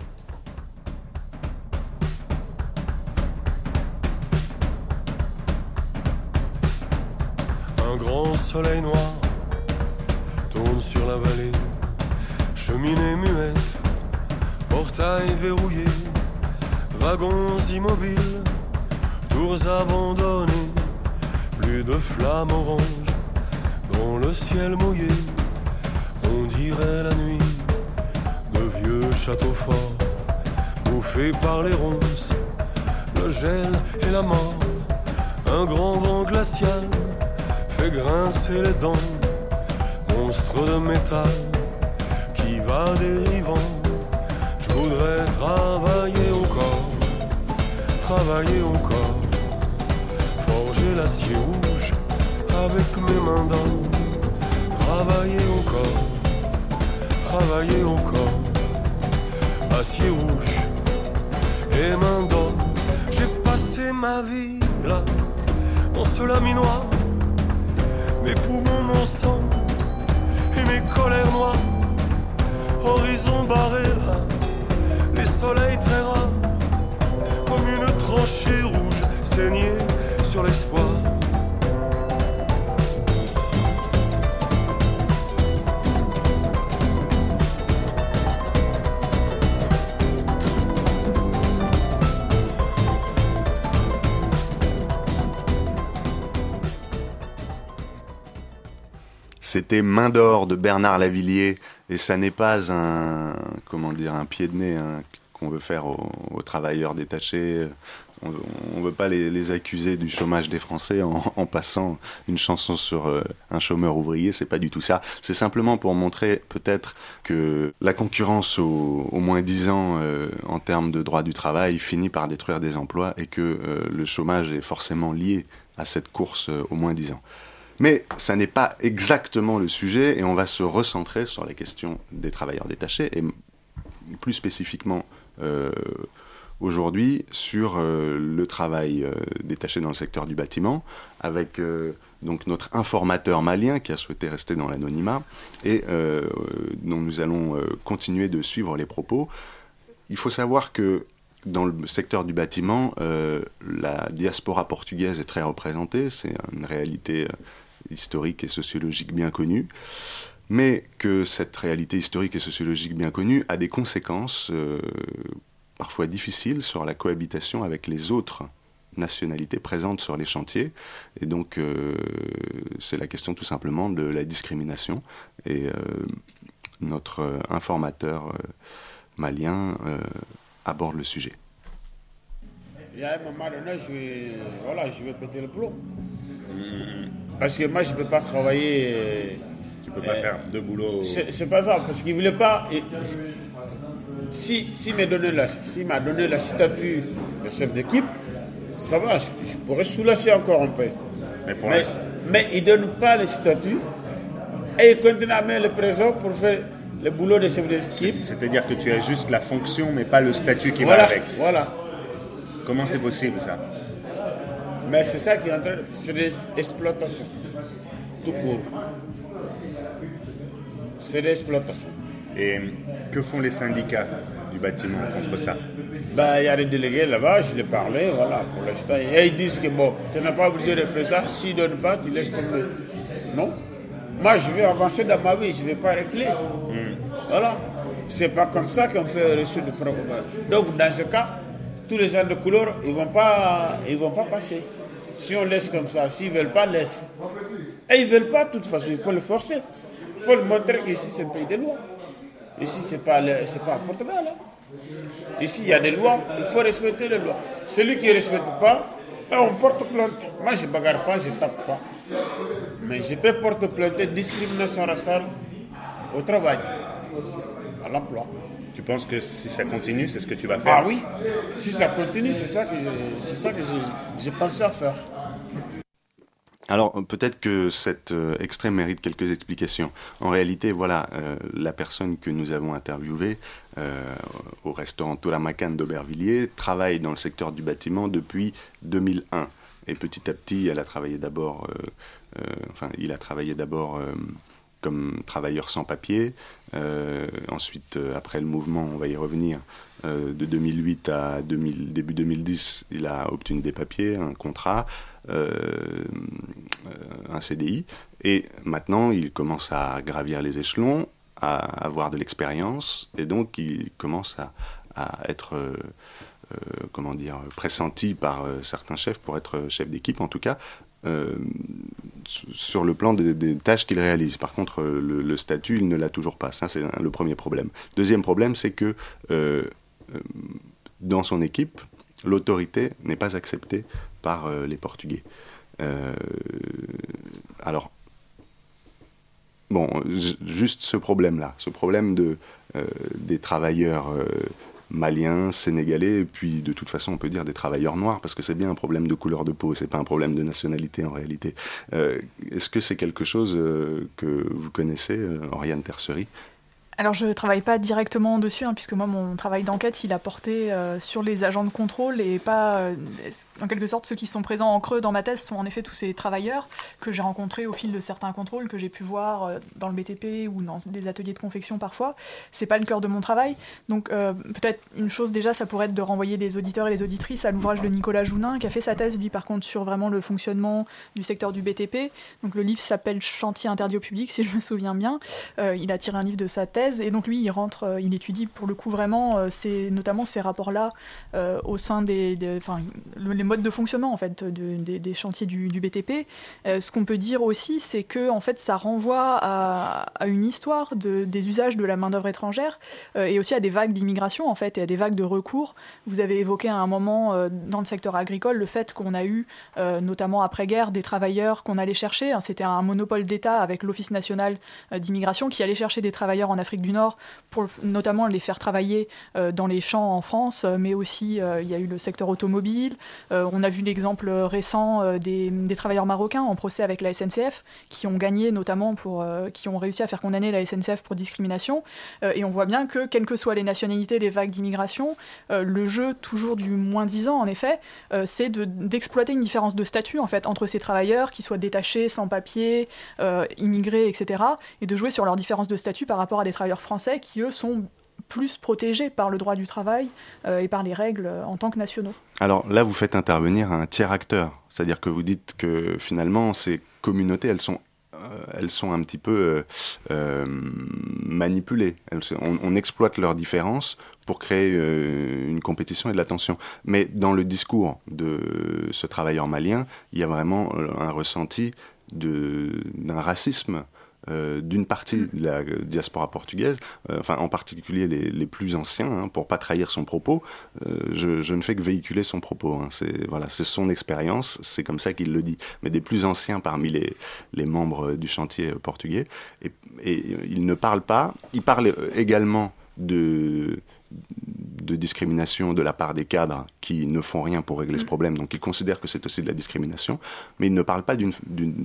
Un grand soleil noir tourne sur la vallée, cheminée muette, portail verrouillé, wagons immobiles, tours abandonnées, plus de flammes oranges dans le ciel mouillé. On dirait la nuit de vieux châteaux forts, bouffés par les ronces, le gel et la mort. Un grand vent glacial fait grincer les dents, monstre de métal qui va dérivant. Je voudrais travailler encore, forger l'acier rouge avec mes mains d'or. Travailler encore, acier rouge et mains d'or. J'ai passé ma vie là, dans ce laminoir, mes poumons, mon sang et mes colères noires, horizon barré là, les soleils très rares, comme une tranchée rouge saignée sur l'espoir. C'était Main d'or de Bernard Lavilliers, et ça n'est pas un pied de nez qu'on veut faire aux travailleurs détachés. On ne veut pas les accuser du chômage des Français en passant une chanson sur un chômeur ouvrier, c'est pas du tout ça. C'est simplement pour montrer peut-être que la concurrence au moins 10 ans en termes de droit du travail finit par détruire des emplois, et que le chômage est forcément lié à cette course au moins 10 ans. Mais ça n'est pas exactement le sujet, et on va se recentrer sur les questions des travailleurs détachés, et plus spécifiquement aujourd'hui sur le travail détaché dans le secteur du bâtiment, avec donc notre informateur malien qui a souhaité rester dans l'anonymat, et dont nous allons continuer de suivre les propos. Il faut savoir que dans le secteur du bâtiment, la diaspora portugaise est très représentée, c'est une réalité historique et sociologique bien connue, mais que cette réalité historique et sociologique bien connue a des conséquences parfois difficiles sur la cohabitation avec les autres nationalités présentes sur les chantiers. Et donc, c'est la question tout simplement de la discrimination. Et notre informateur malien aborde le sujet. Il y a un moment donné, je vais péter le plomb. Parce que moi, je ne peux pas travailler... Tu ne peux pas faire deux boulots... C'est pas ça, parce qu'il ne voulait pas... S'il m'a donné le statut de chef d'équipe, ça va, je pourrais soulager encore un peu. Mais il ne donne pas le statut et il continue à mettre le présent pour faire le boulot de chef d'équipe. C'est-à-dire que tu as juste la fonction, mais pas le statut qui va avec. Voilà. Comment c'est possible, ça? Mais c'est ça qui est en train... C'est de l'exploitation. Tout court. C'est de l'exploitation. Et que font les syndicats du bâtiment contre ça? Il y a des délégués là-bas, je les parlais, voilà, pour l'instant. Et ils disent que bon, tu n'es pas obligé de faire ça, s'ils ne donnent pas, tu laisses tomber. Non. Moi, je vais avancer dans ma vie, je ne vais pas régler. Voilà. C'est pas comme ça qu'on peut résoudre le problème. Donc, dans ce cas, tous les gens de couleur, ils vont pas passer. Si on laisse comme ça, s'ils ne veulent pas, laisse. Et ils ne veulent pas, de toute façon, il faut le forcer. Il faut le montrer qu'ici, c'est un pays de loi. Ici, ce n'est pas un Portugal. Ici, il y a des lois, il faut respecter les lois. Celui qui ne respecte pas, on porte plainte. Moi, je ne bagarre pas, je ne tape pas. Mais je peux porter plainte discrimination raciale au travail, à l'emploi. Tu penses que si ça continue, c'est ce que tu vas faire? Ah oui, si ça continue, c'est ça que j'ai pensé à faire. Alors peut-être que cet extrait mérite quelques explications. En réalité, voilà, la personne que nous avons interviewée au restaurant Turamacan d'Aubervilliers travaille dans le secteur du bâtiment depuis 2001. Et petit à petit, il a travaillé d'abord comme travailleur sans papier. Ensuite, après le mouvement, on va y revenir, de 2008 à début 2010, il a obtenu des papiers, un contrat, un CDI. Et maintenant, il commence à gravir les échelons, à avoir de l'expérience. Et donc, il commence à être... pressenti par certains chefs pour être chef d'équipe, en tout cas, sur le plan des tâches qu'il réalise. Par contre, le statut, il ne l'a toujours pas. Ça, c'est le premier problème. Deuxième problème, c'est que dans son équipe, l'autorité n'est pas acceptée par les Portugais. Alors, bon, juste ce problème-là, ce problème des travailleurs maliens, sénégalais, et puis de toute façon on peut dire des travailleurs noirs, parce que c'est bien un problème de couleur de peau, c'est pas un problème de nationalité en réalité. Est-ce que c'est quelque chose que vous connaissez, Oriane Tercery ? Alors je ne travaille pas directement dessus, puisque moi mon travail d'enquête il a porté sur les agents de contrôle et pas, en quelque sorte ceux qui sont présents en creux dans ma thèse sont en effet tous ces travailleurs que j'ai rencontrés au fil de certains contrôles, que j'ai pu voir dans le BTP ou dans des ateliers de confection parfois. C'est pas le cœur de mon travail, donc peut-être une chose déjà ça pourrait être de renvoyer les auditeurs et les auditrices à l'ouvrage de Nicolas Jounin qui a fait sa thèse lui par contre sur vraiment le fonctionnement du secteur du BTP. Donc le livre s'appelle Chantier interdit au public si je me souviens bien. Il a tiré un livre de sa thèse. Et donc lui, il étudie pour le coup vraiment notamment ces rapports-là au sein les modes de fonctionnement en fait des chantiers du BTP. Ce qu'on peut dire aussi, c'est que en fait, ça renvoie à une histoire des usages de la main-d'œuvre étrangère et aussi à des vagues d'immigration en fait et à des vagues de recours. Vous avez évoqué à un moment dans le secteur agricole le fait qu'on a eu notamment après-guerre des travailleurs qu'on allait chercher. C'était un monopole d'État avec l'Office national d'immigration qui allait chercher des travailleurs en Afrique du Nord pour notamment les faire travailler dans les champs en France, mais aussi il y a eu le secteur automobile. On a vu l'exemple récent des travailleurs marocains en procès avec la SNCF qui ont gagné notamment qui ont réussi à faire condamner la SNCF pour discrimination. Et on voit bien que quelles que soient les nationalités, les vagues d'immigration, le jeu toujours du moins-disant en effet, c'est d'exploiter une différence de statut en fait entre ces travailleurs qui soient détachés, sans papier, immigrés, etc. et de jouer sur leur différence de statut par rapport à des travailleurs français qui, eux, sont plus protégés par le droit du travail et par les règles en tant que nationaux. Alors là, vous faites intervenir un tiers acteur, c'est-à-dire que vous dites que finalement, c'est communautés, elles sont un petit peu manipulées. On exploite leurs différences pour créer une compétition et de la tension. Mais dans le discours de ce travailleur malien, il y a vraiment un ressenti d'un racisme d'une partie de la diaspora portugaise, en particulier les plus anciens, pour pas trahir son propos. Je ne fais que véhiculer son propos. C'est son expérience, c'est comme ça qu'il le dit. Mais des plus anciens parmi les membres du chantier portugais, et il ne parle pas. Il parle également de discrimination de la part des cadres qui ne font rien pour régler ce problème. Donc, il considère que c'est aussi de la discrimination, mais il ne parle pas d'une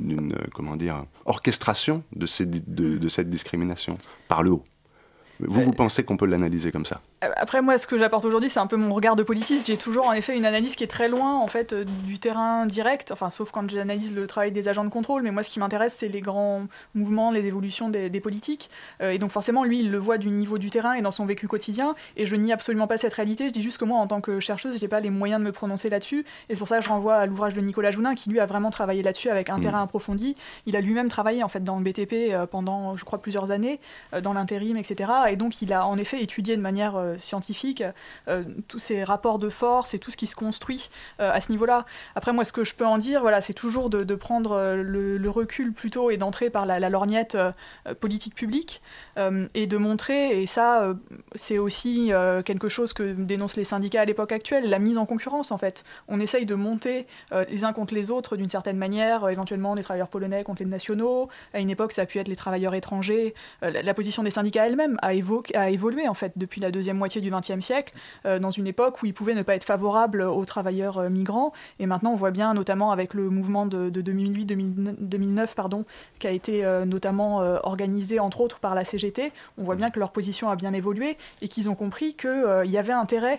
orchestration de cette discrimination par le haut. Vous pensez qu'on peut l'analyser comme ça ? Après, moi, ce que j'apporte aujourd'hui, c'est un peu mon regard de politiste. J'ai toujours, en effet, une analyse qui est très loin, en fait, du terrain direct, sauf quand j'analyse le travail des agents de contrôle. Mais moi, ce qui m'intéresse, c'est les grands mouvements, les évolutions des politiques. Et donc, forcément, lui, il le voit du niveau du terrain et dans son vécu quotidien. Et je nie absolument pas cette réalité. Je dis juste que moi, en tant que chercheuse, j'ai pas les moyens de me prononcer là-dessus. Et c'est pour ça que je renvoie à l'ouvrage de Nicolas Jounin, qui, lui, a vraiment travaillé là-dessus avec un terrain approfondi. Il a lui-même travaillé, en fait, dans le BTP pendant, je crois, plusieurs années, dans l'intérim, etc. Et donc, il a, en effet, étudié de manière scientifique, tous ces rapports de force et tout ce qui se construit à ce niveau-là. Après, moi, ce que je peux en dire, c'est toujours de prendre le recul plutôt et d'entrer par la lorgnette politique publique et de montrer, et ça, c'est aussi quelque chose que dénoncent les syndicats à l'époque actuelle, la mise en concurrence, en fait. On essaye de monter les uns contre les autres d'une certaine manière, éventuellement des travailleurs polonais contre les nationaux. À une époque, ça a pu être les travailleurs étrangers. La position des syndicats elle-même a évolué, en fait, depuis la deuxième moitié du XXe siècle, dans une époque où ils pouvaient ne pas être favorables aux travailleurs migrants. Et maintenant, on voit bien, notamment avec le mouvement de 2008-2009, qui a été notamment organisé, entre autres, par la CGT, on voit bien que leur position a bien évolué et qu'ils ont compris qu'il y avait intérêt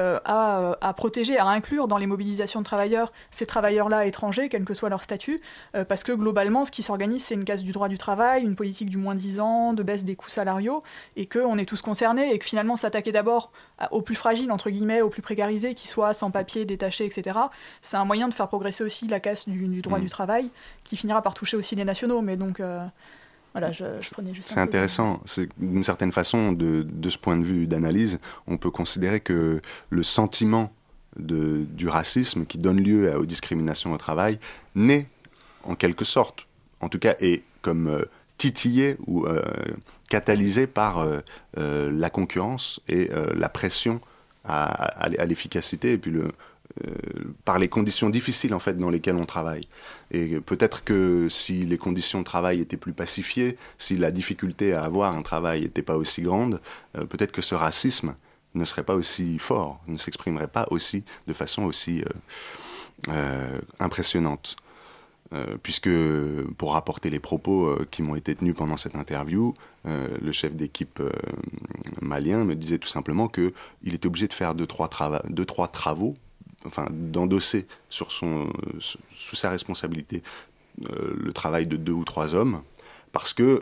à protéger, à inclure dans les mobilisations de travailleurs ces travailleurs-là étrangers, quel que soit leur statut, parce que globalement, ce qui s'organise, c'est une casse du droit du travail, une politique du moins 10 ans, de baisse des coûts salariaux, et qu'on est tous concernés, et que finalement, s'attaquer d'abord aux plus fragiles, entre guillemets, aux plus précarisés, qui soient sans papier, détachés, etc., c'est un moyen de faire progresser aussi la casse du droit du travail, qui finira par toucher aussi les nationaux. Mais donc, voilà, je prenais juste c'est intéressant. C'est, d'une certaine façon, de ce point de vue d'analyse, on peut considérer que le sentiment du racisme qui donne lieu aux discriminations au travail naît, en quelque sorte, en tout cas, est comme titillé ou catalysé par la concurrence et la pression à l'efficacité et puis par les conditions difficiles en fait dans lesquelles on travaille. Et peut-être que si les conditions de travail étaient plus pacifiées, si la difficulté à avoir un travail n'était pas aussi grande, peut-être que ce racisme ne serait pas aussi fort, ne s'exprimerait pas aussi de façon aussi impressionnante. Puisque, pour rapporter les propos qui m'ont été tenus pendant cette interview, le chef d'équipe malien me disait tout simplement qu'il était obligé de faire deux, trois travaux, d'endosser sous sa responsabilité le travail de 2 ou 3 hommes, parce que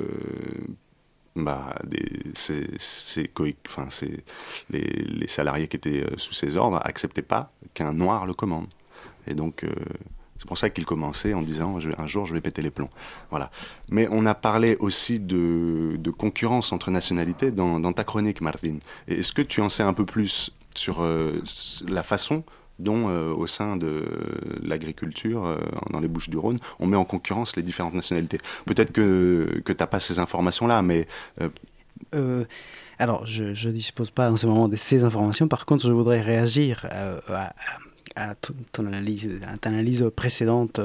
les salariés qui étaient sous ses ordres n'acceptaient pas qu'un noir le commande. Et donc... c'est pour ça qu'il commençait en disant « un jour, je vais péter les plombs ». Voilà. Mais on a parlé aussi de concurrence entre nationalités dans ta chronique, Martin. Et est-ce que tu en sais un peu plus sur la façon dont, au sein de l'agriculture, dans les Bouches-du-Rhône, on met en concurrence les différentes nationalités ? Peut-être que tu n'as pas ces informations-là, mais... Alors, je ne dispose pas en ce moment de ces informations. Par contre, je voudrais réagir à ton analyse précédente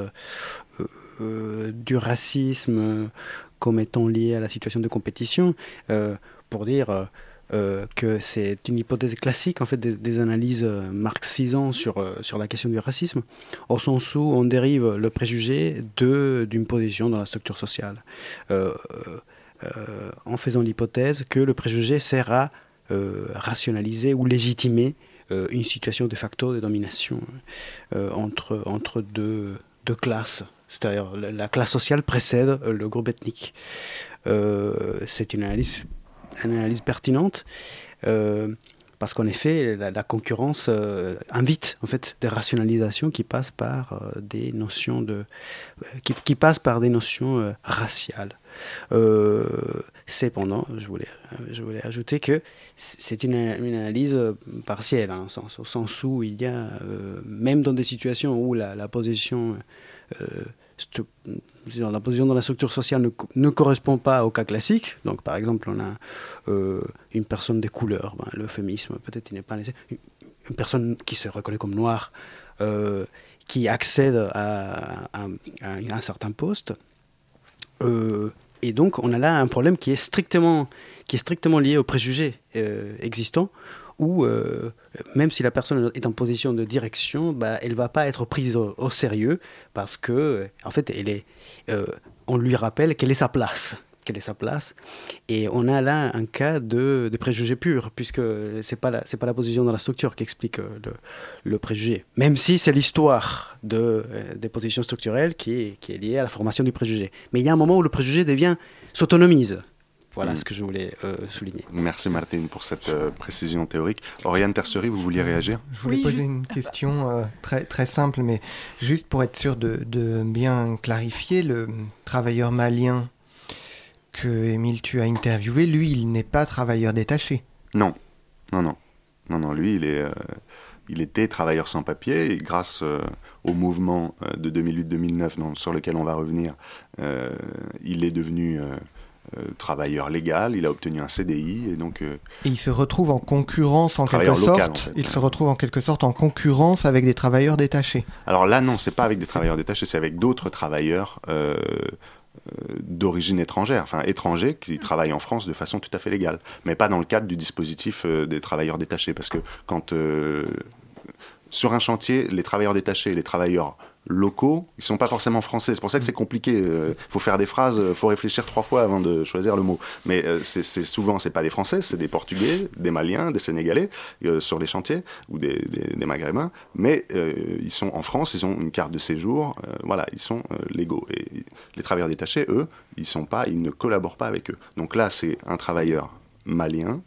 du racisme comme étant lié à la situation de compétition, pour dire que c'est une hypothèse classique en fait des analyses marxisant sur la question du racisme, au sens où on dérive le préjugé d'une position dans la structure sociale, en faisant l'hypothèse que le préjugé sert à rationaliser ou légitimer une situation de facto de domination entre deux classes. C'est-à-dire la classe sociale précède le groupe ethnique. C'est une analyse pertinente. parce qu'en effet, la concurrence invite en fait des rationalisations qui passent par des notions qui passent par des notions raciales. Cependant, je voulais ajouter que c'est une analyse partielle, hein, au sens où il y a, même dans des situations où la position dans la structure sociale ne correspond pas au cas classique. Donc, par exemple, on a une personne de couleur, l'euphémisme, peut-être il n'est pas nécessaire, une personne qui se reconnaît comme noire, qui accède à un certain poste. Et donc, on a là un problème qui est strictement lié aux préjugés existants, où même si la personne est en position de direction, elle ne va pas être prise au sérieux parce que, en fait, on lui rappelle quelle est sa place. Et on a là un cas de préjugé pur, puisque c'est pas la position dans la structure qui explique le préjugé, même si c'est l'histoire des positions structurelles qui est liée à la formation du préjugé. Mais il y a un moment où le préjugé s'autonomise. Voilà ce que je voulais souligner. Merci Martine pour cette précision théorique. Oriane Tercery, vous vouliez réagir ? Je voulais poser une question très, très simple, mais juste pour être sûr de bien clarifier, le travailleur malien que Émile, tu as interviewé, lui, il n'est pas travailleur détaché. Non. Lui, il était travailleur sans papier, et grâce au mouvement de 2008-2009 sur lequel on va revenir, il est devenu travailleur légal, il a obtenu un CDI, et donc... et il se retrouve en concurrence, en quelque sorte, local, en fait. Il se retrouve en quelque sorte en concurrence avec des travailleurs détachés. Alors là, non, c'est pas avec des travailleurs détachés, c'est avec d'autres travailleurs d'origine étrangère, enfin étrangers, qui travaillent en France de façon tout à fait légale, mais pas dans le cadre du dispositif des travailleurs détachés, parce que quand sur un chantier, les travailleurs détachés et les travailleurs locaux, ils sont pas forcément français, c'est pour ça que c'est compliqué, faut faire des phrases, faut réfléchir 3 fois avant de choisir le mot, mais souvent c'est pas des Français, c'est des Portugais, des Maliens, des Sénégalais sur les chantiers, ou des Maghrébins, mais ils sont en France, ils ont une carte de séjour, voilà, ils sont légaux, et les travailleurs détachés, eux, ils ne collaborent pas avec eux, donc là c'est un travailleur malien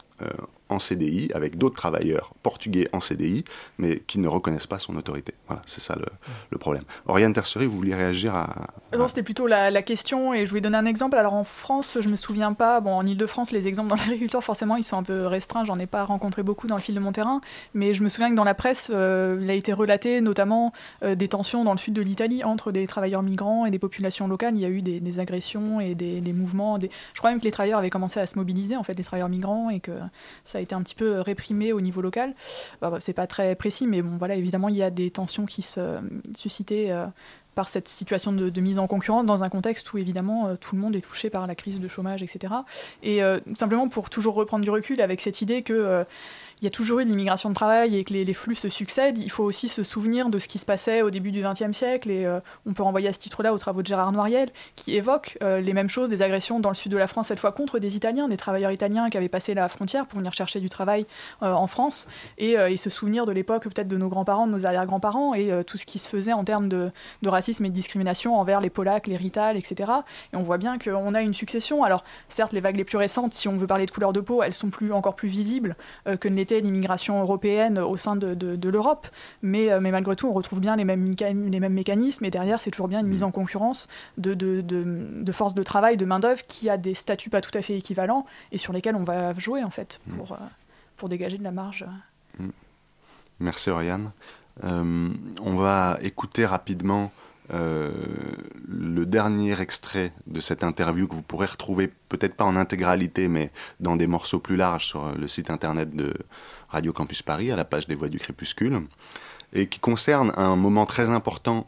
en CDI, avec d'autres travailleurs portugais en CDI, mais qui ne reconnaissent pas son autorité. Voilà, c'est ça le problème. Oriane Tercery, vous vouliez réagir à... Non, c'était plutôt la question, et je voulais donner un exemple. Alors en France, je me souviens pas, en Ile-de-France, les exemples dans l'agriculture, forcément, ils sont un peu restreints, j'en ai pas rencontré beaucoup dans le fil de mon terrain, mais je me souviens que dans la presse, il a été relaté notamment des tensions dans le sud de l'Italie entre des travailleurs migrants et des populations locales. Il y a eu des agressions et des mouvements. Je crois même que les travailleurs avaient commencé à se mobiliser, en fait, les travailleurs migrants, et que ça a été un petit peu réprimé au niveau local. C'est pas très précis, mais bon, voilà, évidemment, il y a des tensions qui se suscitaient par cette situation de mise en concurrence dans un contexte où, évidemment, tout le monde est touché par la crise de chômage, etc. Et simplement pour toujours reprendre du recul avec cette idée que il y a toujours eu de l'immigration de travail et que les flux se succèdent, il faut aussi se souvenir de ce qui se passait au début du XXe siècle, et on peut renvoyer à ce titre-là aux travaux de Gérard Noiriel, qui évoque les mêmes choses, des agressions dans le sud de la France, cette fois contre des Italiens, des travailleurs italiens qui avaient passé la frontière pour venir chercher du travail en France, et se souvenir de l'époque peut-être de nos grands-parents, de nos arrière-grands-parents, et tout ce qui se faisait en termes de racisme et de discrimination envers les Polacs, les Rital, etc. Et on voit bien qu'on a une succession. Alors certes, les vagues les plus récentes, si on veut parler de couleur de peau, elles sont encore plus visibles que ne l'était l'immigration européenne au sein de l'Europe, mais malgré tout on retrouve bien les mêmes mécanismes, et derrière c'est toujours bien une mise en concurrence de force de travail, de main-d'œuvre qui a des statuts pas tout à fait équivalents et sur lesquels on va jouer en fait pour dégager de la marge. Merci Oriane. On va écouter rapidement le dernier extrait de cette interview que vous pourrez retrouver peut-être pas en intégralité mais dans des morceaux plus larges sur le site internet de Radio Campus Paris à la page des Voix du Crépuscule, et qui concerne un moment très important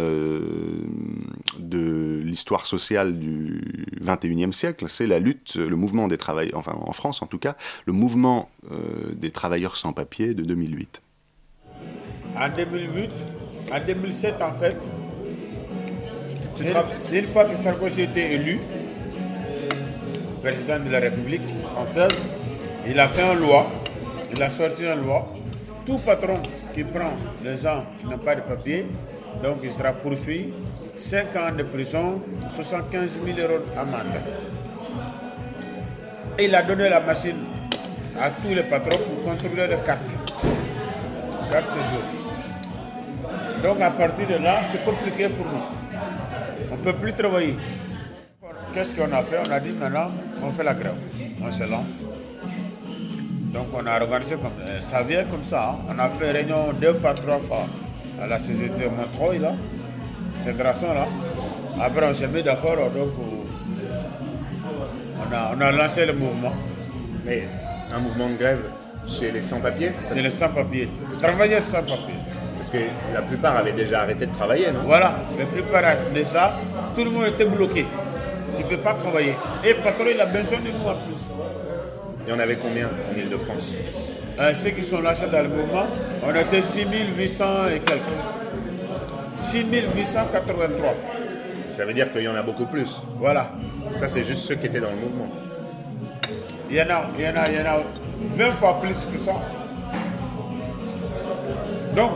de l'histoire sociale du XXIe siècle. C'est la lutte, le mouvement des travailleurs, enfin en France en tout cas, le mouvement des travailleurs sans papier de 2008. En 2007 en fait, une fois que Sarkozy était élu président de la République française, il a fait une loi, il a sorti une loi. Tout patron qui prend les gens qui n'ont pas de papier, donc il sera poursuivi, 5 ans de prison, 75 000 € d'amende. Et il a donné la machine à tous les patrons pour contrôler les cartes séjour. Donc à partir de là, c'est compliqué pour nous. On ne peut plus travailler. Qu'est-ce qu'on a fait? On a dit maintenant, on fait la grève. On se lance. Donc on a organisé comme ça vient comme ça. Hein. On a fait réunion 2 fois, 3 fois à la CGT Montreuil, là, fédération là. Après on s'est mis d'accord, donc on a lancé le mouvement. Mais un mouvement de grève chez les sans-papiers? C'est les sans-papiers, travailleurs sans-papiers. Parce que la plupart avaient déjà arrêté de travailler, non? Voilà, la plupart de ça, tout le monde était bloqué. Tu ne peux pas travailler. Et le patron, il a besoin de nous en plus. Il y en avait combien en Ile-de-France? Ceux qui sont lâchés dans le mouvement, on était 6800 et quelques. 6883. Ça veut dire qu'il y en a beaucoup plus. Voilà. Ça, c'est juste ceux qui étaient dans le mouvement. Il y en a 20 fois plus que ça. Donc,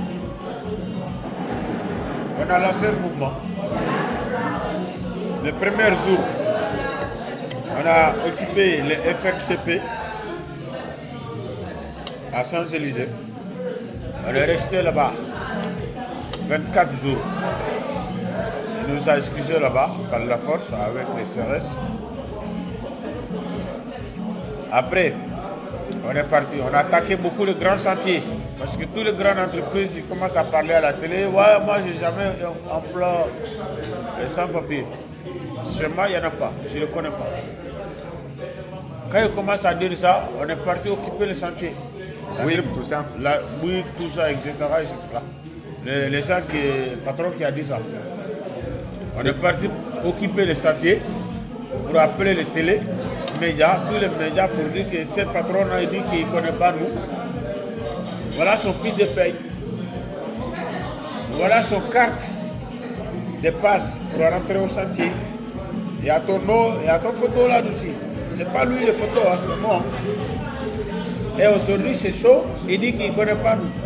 on a lancé le mouvement. Le premier jour, on a occupé le FNTP à Champs-Élysées. On est resté là-bas 24 jours. Il nous a excusés là-bas par la force avec les CRS. Après, on est parti. On a attaqué beaucoup de grands chantiers. Parce que tous les grandes entreprises ils commencent à parler à la télé. Ouais, moi, j'ai jamais emploi sans papier. Chez moi, il n'y en a pas. Je ne le connais pas. Quand ils commencent à dire ça, on est parti occuper les chantiers. Oui, tout ça. Oui, tout ça, etc. Les gens le patron qui a dit ça. On est parti occuper les chantiers pour appeler les télé, médias, tous les médias pour dire que ce patron a dit qu'il ne connaît pas nous. Voilà son fils de paye. Voilà son carte de passe pour rentrer au chantier. Il y a ton nom, il y a ton photo là-dessus. C'est pas lui les photos, hein, c'est moi. Et aujourd'hui c'est chaud, il dit qu'il ne connaît pas nous.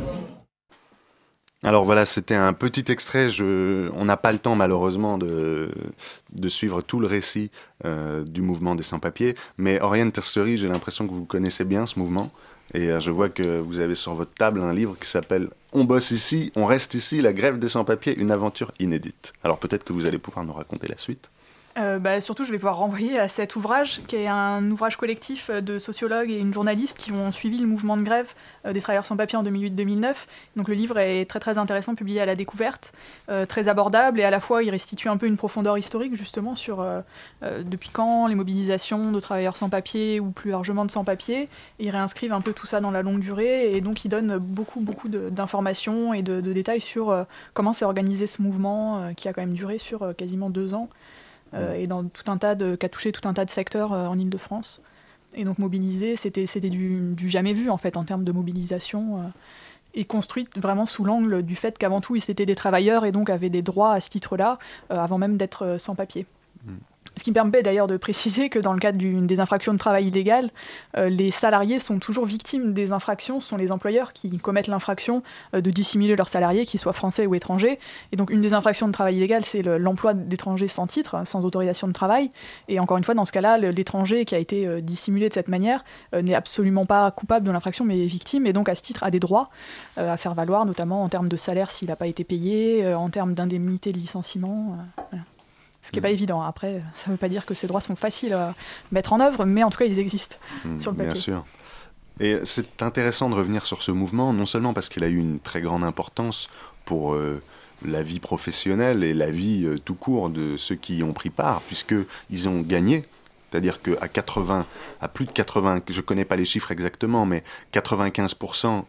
Alors voilà, c'était un petit extrait. On n'a pas le temps malheureusement de suivre tout le récit du mouvement des sans-papiers. Mais Oriane Tersterie, j'ai l'impression que vous connaissez bien ce mouvement. Et je vois que vous avez sur votre table un livre qui s'appelle « On bosse ici, on reste ici, la grève des sans-papiers, une aventure inédite ». Alors peut-être que vous allez pouvoir nous raconter la suite. Surtout, je vais pouvoir renvoyer à cet ouvrage, qui est un ouvrage collectif de sociologues et une journaliste qui ont suivi le mouvement de grève des travailleurs sans papier en 2008-2009. Donc le livre est très très intéressant, publié à La Découverte, très abordable, et à la fois il restitue un peu une profondeur historique justement sur depuis quand les mobilisations de travailleurs sans papier ou plus largement de sans papier, et ils réinscrivent un peu tout ça dans la longue durée, et donc ils donnent beaucoup d'informations et de détails sur comment s'est organisé ce mouvement qui a quand même duré sur quasiment 2 ans. Et dans tout un tas qui a touché tout un tas de secteurs en Ile-de-France. Et donc mobiliser, c'était du jamais vu en fait en termes de mobilisation, et construite vraiment sous l'angle du fait qu'avant tout ils étaient des travailleurs et donc avaient des droits à ce titre-là avant même d'être sans papier. Ce qui me permet d'ailleurs de préciser que dans le cadre des infractions de travail illégal, les salariés sont toujours victimes des infractions. Ce sont les employeurs qui commettent l'infraction de dissimuler leurs salariés, qu'ils soient français ou étrangers. Et donc une des infractions de travail illégal, c'est l'emploi d'étrangers sans titre, sans autorisation de travail. Et encore une fois, dans ce cas-là, l'étranger qui a été dissimulé de cette manière n'est absolument pas coupable de l'infraction, mais est victime, et donc à ce titre a des droits à faire valoir, notamment en termes de salaire s'il n'a pas été payé, en termes d'indemnité de licenciement. Voilà. Ce qui n'est pas évident. Après, ça ne veut pas dire que ces droits sont faciles à mettre en œuvre, mais en tout cas, ils existent sur le papier. Bien sûr. Et c'est intéressant de revenir sur ce mouvement, non seulement parce qu'il a eu une très grande importance pour la vie professionnelle et la vie tout court de ceux qui y ont pris part, puisqu'ils ont gagné. C'est-à-dire qu'à plus de 80, je ne connais pas les chiffres exactement, mais 95%,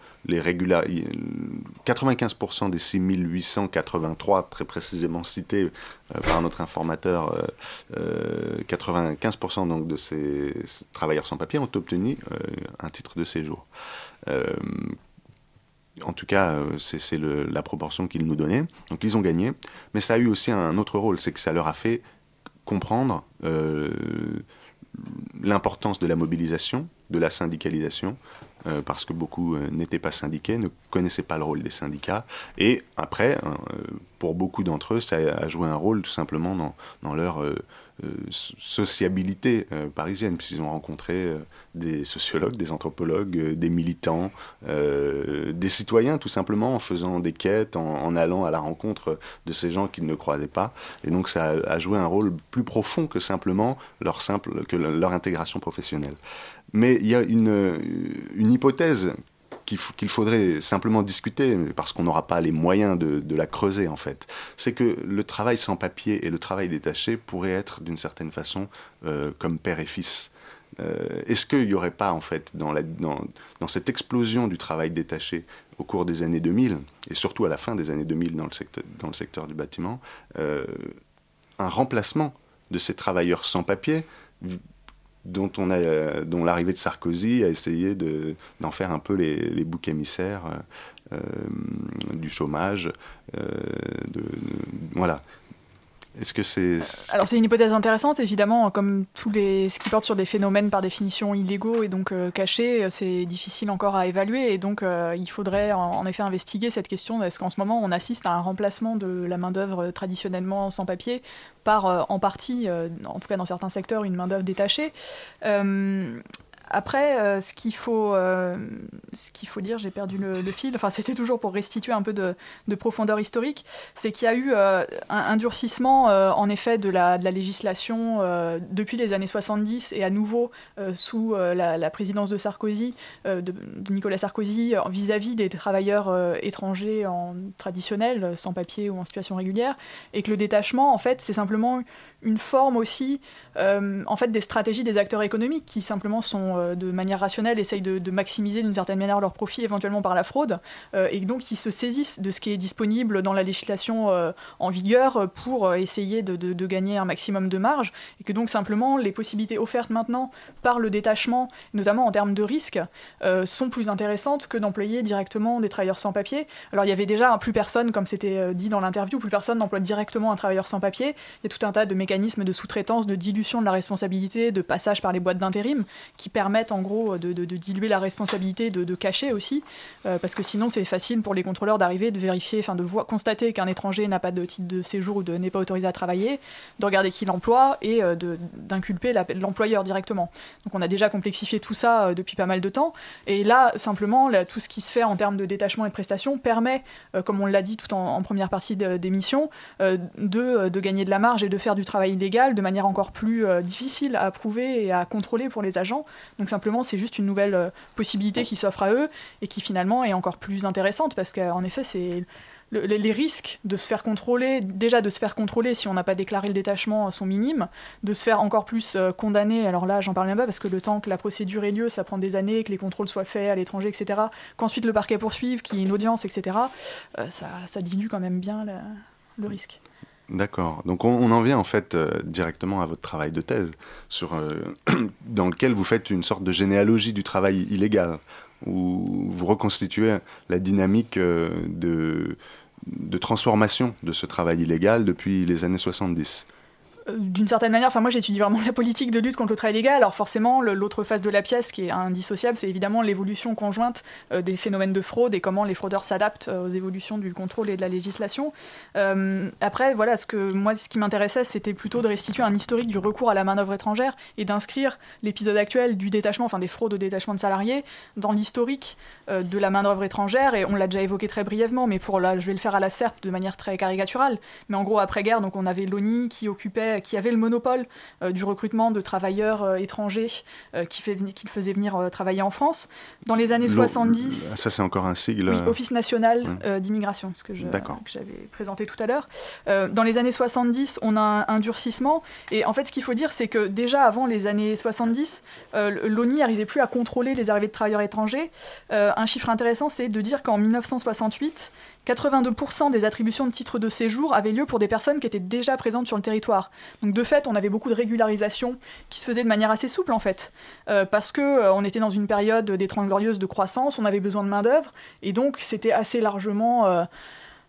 95% des 6883, très précisément cités par notre informateur, 95% donc de ces travailleurs sans papier ont obtenu un titre de séjour. En tout cas, c'est la proportion qu'ils nous donnaient. Donc ils ont gagné, mais ça a eu aussi un autre rôle, c'est que ça leur a fait comprendre l'importance de la mobilisation, de la syndicalisation, parce que beaucoup n'étaient pas syndiqués, ne connaissaient pas le rôle des syndicats, et après, pour beaucoup d'entre eux, ça a joué un rôle tout simplement dans leur sociabilité parisienne, puisqu'ils ont rencontré des sociologues, des anthropologues, des militants, des citoyens tout simplement, en faisant des quêtes, en allant à la rencontre de ces gens qu'ils ne croisaient pas. Et donc ça a joué un rôle plus profond que simplement leur intégration professionnelle. Mais il y a une hypothèse qu'il faudrait simplement discuter, parce qu'on n'aura pas les moyens de la creuser en fait, c'est que le travail sans papier et le travail détaché pourraient être d'une certaine façon comme père et fils. Est-ce qu'il n'y aurait pas en fait dans cette explosion du travail détaché au cours des années 2000, et surtout à la fin des années 2000 dans le secteur du bâtiment, un remplacement de ces travailleurs sans papier dont l'arrivée de Sarkozy a essayé d'en faire un peu les boucs émissaires du chômage. Voilà. Est-ce que c'est... Alors c'est une hypothèse intéressante, évidemment, comme ce qui porte sur des phénomènes par définition illégaux et donc cachés, c'est difficile encore à évaluer, et donc il faudrait en effet investiguer cette question. Est-ce qu'en ce moment on assiste à un remplacement de la main-d'œuvre traditionnellement sans papier par en partie, en tout cas dans certains secteurs, une main-d'œuvre détachée. Après, ce qu'il faut dire, j'ai perdu le fil, enfin c'était toujours pour restituer un peu de profondeur historique, c'est qu'il y a eu un durcissement en effet de la législation depuis les années 70 et à nouveau sous la présidence de Sarkozy, de Nicolas Sarkozy, vis-à-vis des travailleurs étrangers traditionnels, sans papier ou en situation régulière, et que le détachement, en fait, c'est simplement une forme aussi en fait, des stratégies des acteurs économiques qui simplement sont de manière rationnelle essayent de maximiser d'une certaine manière leurs profits éventuellement par la fraude et donc qui se saisissent de ce qui est disponible dans la législation en vigueur pour essayer de gagner un maximum de marge, et que donc simplement les possibilités offertes maintenant par le détachement, notamment en termes de risque, sont plus intéressantes que d'employer directement des travailleurs sans papier. Alors il y avait déjà plus personne, comme c'était dit dans l'interview, plus personne n'emploie directement un travailleur sans papier. Il y a tout un tas de mécanismes de sous-traitance, de dilution de la responsabilité, de passage par les boîtes d'intérim qui permettent en gros de diluer la responsabilité, de cacher aussi, parce que sinon c'est facile pour les contrôleurs d'arriver, de vérifier, enfin de constater qu'un étranger n'a pas de titre de séjour ou n'est pas autorisé à travailler, de regarder qui l'emploie et d'inculper l'employeur directement. Donc on a déjà complexifié tout ça depuis pas mal de temps, et là simplement tout ce qui se fait en termes de détachement et de prestations permet, comme on l'a dit tout en première partie d'émission, de gagner de la marge et de faire du travail illégal de manière encore plus difficile à prouver et à contrôler pour les agents. Donc simplement, c'est juste une nouvelle possibilité qui s'offre à eux et qui finalement est encore plus intéressante, parce qu'en effet, c'est les risques de se faire contrôler, déjà de se faire contrôler si on n'a pas déclaré le détachement sont minimes, de se faire encore plus condamner, alors là j'en parle même pas parce que le temps que la procédure ait lieu, ça prend des années, que les contrôles soient faits à l'étranger, etc., qu'ensuite le parquet poursuive, qu'il y ait une audience, etc., ça dilue quand même bien le risque. D'accord. Donc on en vient en fait directement à votre travail de thèse, dans lequel vous faites une sorte de généalogie du travail illégal, où vous reconstituez la dynamique de transformation de ce travail illégal depuis les années 70. D'une certaine manière, moi j'étudie vraiment la politique de lutte contre le travail illégal, alors forcément l'autre face de la pièce qui est indissociable, c'est évidemment l'évolution conjointe des phénomènes de fraude et comment les fraudeurs s'adaptent aux évolutions du contrôle et de la législation. Après voilà, ce qui m'intéressait, c'était plutôt de restituer un historique du recours à la main-d'œuvre étrangère et d'inscrire l'épisode actuel du détachement, enfin des fraudes au détachement de salariés, dans l'historique de la main-d'œuvre étrangère, et on l'a déjà évoqué très brièvement, mais je vais le faire à la serpe de manière très caricaturale, mais en gros après-guerre, donc on avait l'ONI qui avait le monopole du recrutement de travailleurs étrangers qui faisaient venir travailler en France. Dans les années 70... Ça, c'est encore un sigle. Oui, Office national d'immigration, ce que j'avais présenté tout à l'heure. Dans les années 70, on a un durcissement. Et en fait, ce qu'il faut dire, c'est que déjà avant les années 70, l'ONI n'arrivait plus à contrôler les arrivées de travailleurs étrangers. Un chiffre intéressant, c'est de dire qu'en 1968, 82% des attributions de titres de séjour avaient lieu pour des personnes qui étaient déjà présentes sur le territoire. Donc de fait, on avait beaucoup de régularisation qui se faisait de manière assez souple en fait, parce qu'on était dans une période des 30 Glorieuses de croissance, on avait besoin de main-d'œuvre, et donc c'était assez largement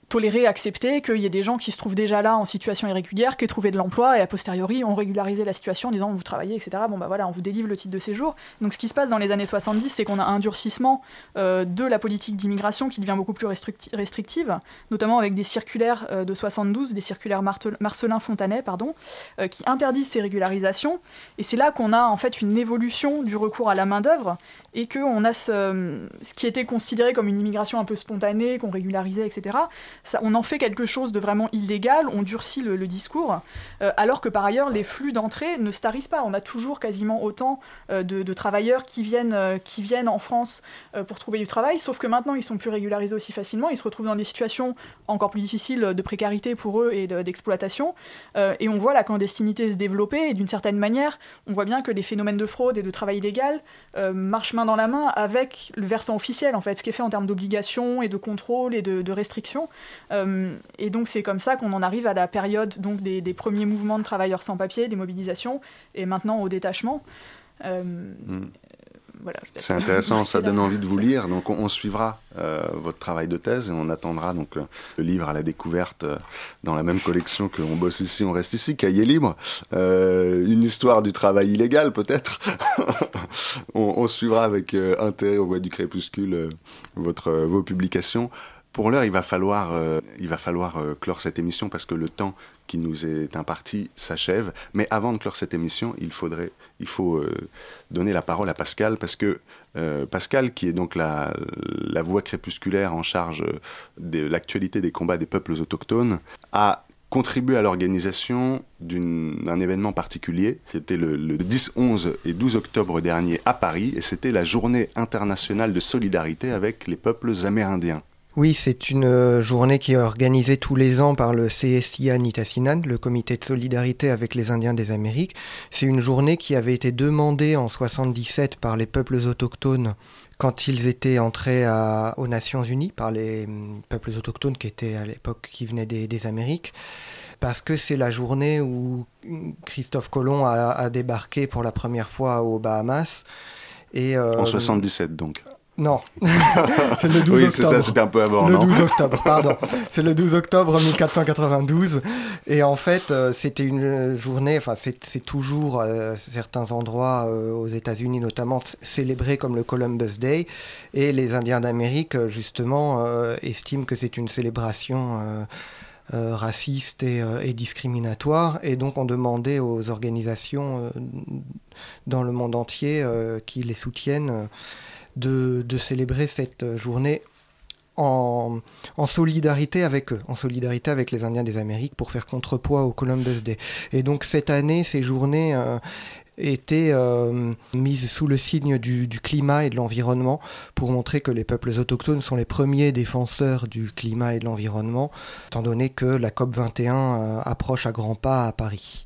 tolérer, accepter qu'il y ait des gens qui se trouvent déjà là en situation irrégulière, qui aient trouvé de l'emploi et a posteriori ont régularisé la situation en disant vous travaillez, etc. Bon bah voilà, on vous délivre le titre de séjour. Donc ce qui se passe dans les années 70, c'est qu'on a un durcissement de la politique d'immigration qui devient beaucoup plus restrictive, notamment avec des circulaires de 72, des circulaires Marcellin-Fontanet, qui interdisent ces régularisations. Et c'est là qu'on a en fait une évolution du recours à la main-d'œuvre et qu'on a ce qui était considéré comme une immigration un peu spontanée, qu'on régularisait, etc. Ça, on en fait quelque chose de vraiment illégal, on durcit le discours, alors que par ailleurs, les flux d'entrée ne se tarissent pas. On a toujours quasiment autant de travailleurs qui viennent en France pour trouver du travail, sauf que maintenant, ils sont plus régularisés aussi facilement, ils se retrouvent dans des situations encore plus difficiles de précarité pour eux et d'exploitation, et on voit la clandestinité se développer, et d'une certaine manière, on voit bien que les phénomènes de fraude et de travail illégal marchent main dans la main avec le versant officiel, en fait, ce qui est fait en termes d'obligations et de contrôle et de restrictions. Et donc c'est comme ça qu'on en arrive à la période donc, des premiers mouvements de travailleurs sans papier, des mobilisations, et maintenant au détachement. Voilà, c'est intéressant, ça donne envie de vous lire. Donc on suivra votre travail de thèse et on attendra donc le livre à la découverte dans la même collection que On bosse ici, on reste ici, Cahiers libres. Une histoire du travail illégal peut-être. on suivra avec intérêt aux Voix du Crépuscule vos publications. Pour l'heure, il va falloir clore cette émission parce que le temps qui nous est imparti s'achève. Mais avant de clore cette émission, il faut donner la parole à Pascal parce que Pascal, qui est donc la voix crépusculaire en charge de l'actualité des combats des peuples autochtones, a contribué à l'organisation d'un événement particulier qui était le 10, 11 et 12 octobre dernier à Paris, et c'était la Journée internationale de solidarité avec les peuples amérindiens. Oui, c'est une journée qui est organisée tous les ans par le CSIA Nitassinan, le comité de solidarité avec les Indiens des Amériques. C'est une journée qui avait été demandée en 1977 par les peuples autochtones quand ils étaient entrés aux Nations Unies, par les peuples autochtones qui étaient à l'époque, qui venaient des Amériques, parce que c'est la journée où Christophe Colomb a débarqué pour la première fois aux Bahamas. Et, en 77 donc. Non, c'est le 12 octobre. Oui, c'est ça, c'était un peu avant, Le non 12 octobre, pardon. C'est le 12 octobre 1492. Et en fait, c'était une journée, enfin, c'est toujours certains endroits aux États-Unis notamment célébrés comme le Columbus Day. Et les Indiens d'Amérique, justement, estiment que c'est une célébration raciste et discriminatoire. Et donc, on demandait aux organisations dans le monde entier qui les soutiennent de célébrer cette journée en solidarité avec eux, en solidarité avec les Indiens des Amériques pour faire contrepoids au Columbus Day. Et donc cette année, ces journées étaient mises sous le signe du climat et de l'environnement pour montrer que les peuples autochtones sont les premiers défenseurs du climat et de l'environnement, étant donné que la COP21 approche à grands pas à Paris.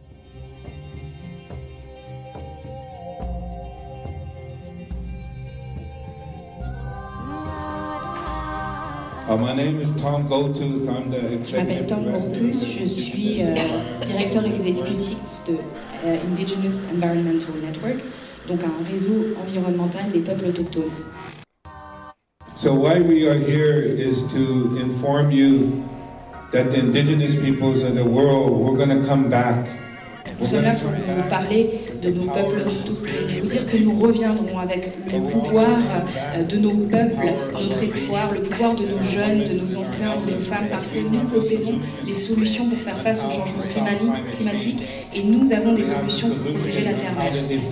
Je m'appelle Tom Goltus, je suis directeur exécutif de Indigenous Environmental Network, donc un réseau environnemental des peuples autochtones. So why we are here is to inform you that the indigenous peoples of the world, we're going to come back. Nous sommes là pour vous parler de nos peuples autochtones, vous dire que nous reviendrons avec le pouvoir de nos peuples, notre espoir, le pouvoir de nos jeunes, de nos anciens, de nos femmes, parce que nous possédons les solutions pour faire face au changement climatique et nous avons des solutions pour protéger la terre-mère.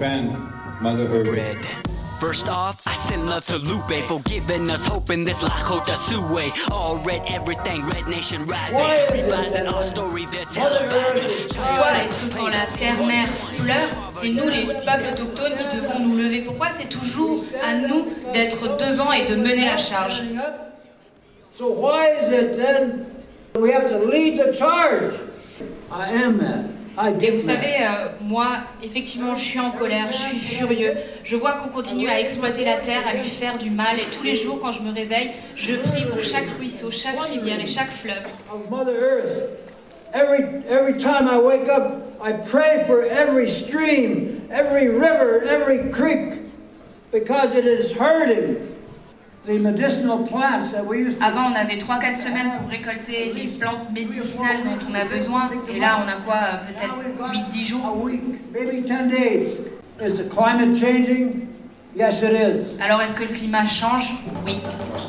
First off, I send love to Lupe for giving us hope in this Lakota Suey. All red everything, Red Nation rising, revising our story, they're televising. Pourquoi est-ce que quand la terre-mère pleure, c'est nous les peuples autochtones qui devons nous lever? Pourquoi c'est toujours à nous d'être devant et de mener la charge? So why is it then we have to lead the charge? I am mad. Et vous savez, moi, effectivement, je suis en colère, je suis furieux. Je vois qu'on continue à exploiter la terre, à lui faire du mal. Et tous les jours, quand je me réveille, je prie pour chaque ruisseau, chaque rivière et chaque fleuve. Mother Earth. Every time I wake up, I pray for every stream, every river, every creek, because it is hurting. Avant, on avait 3-4 semaines pour récolter les plantes médicinales dont on a besoin. Et là, on a quoi? Peut-être 8-10 jours. Alors, est-ce que le climat change? Oui.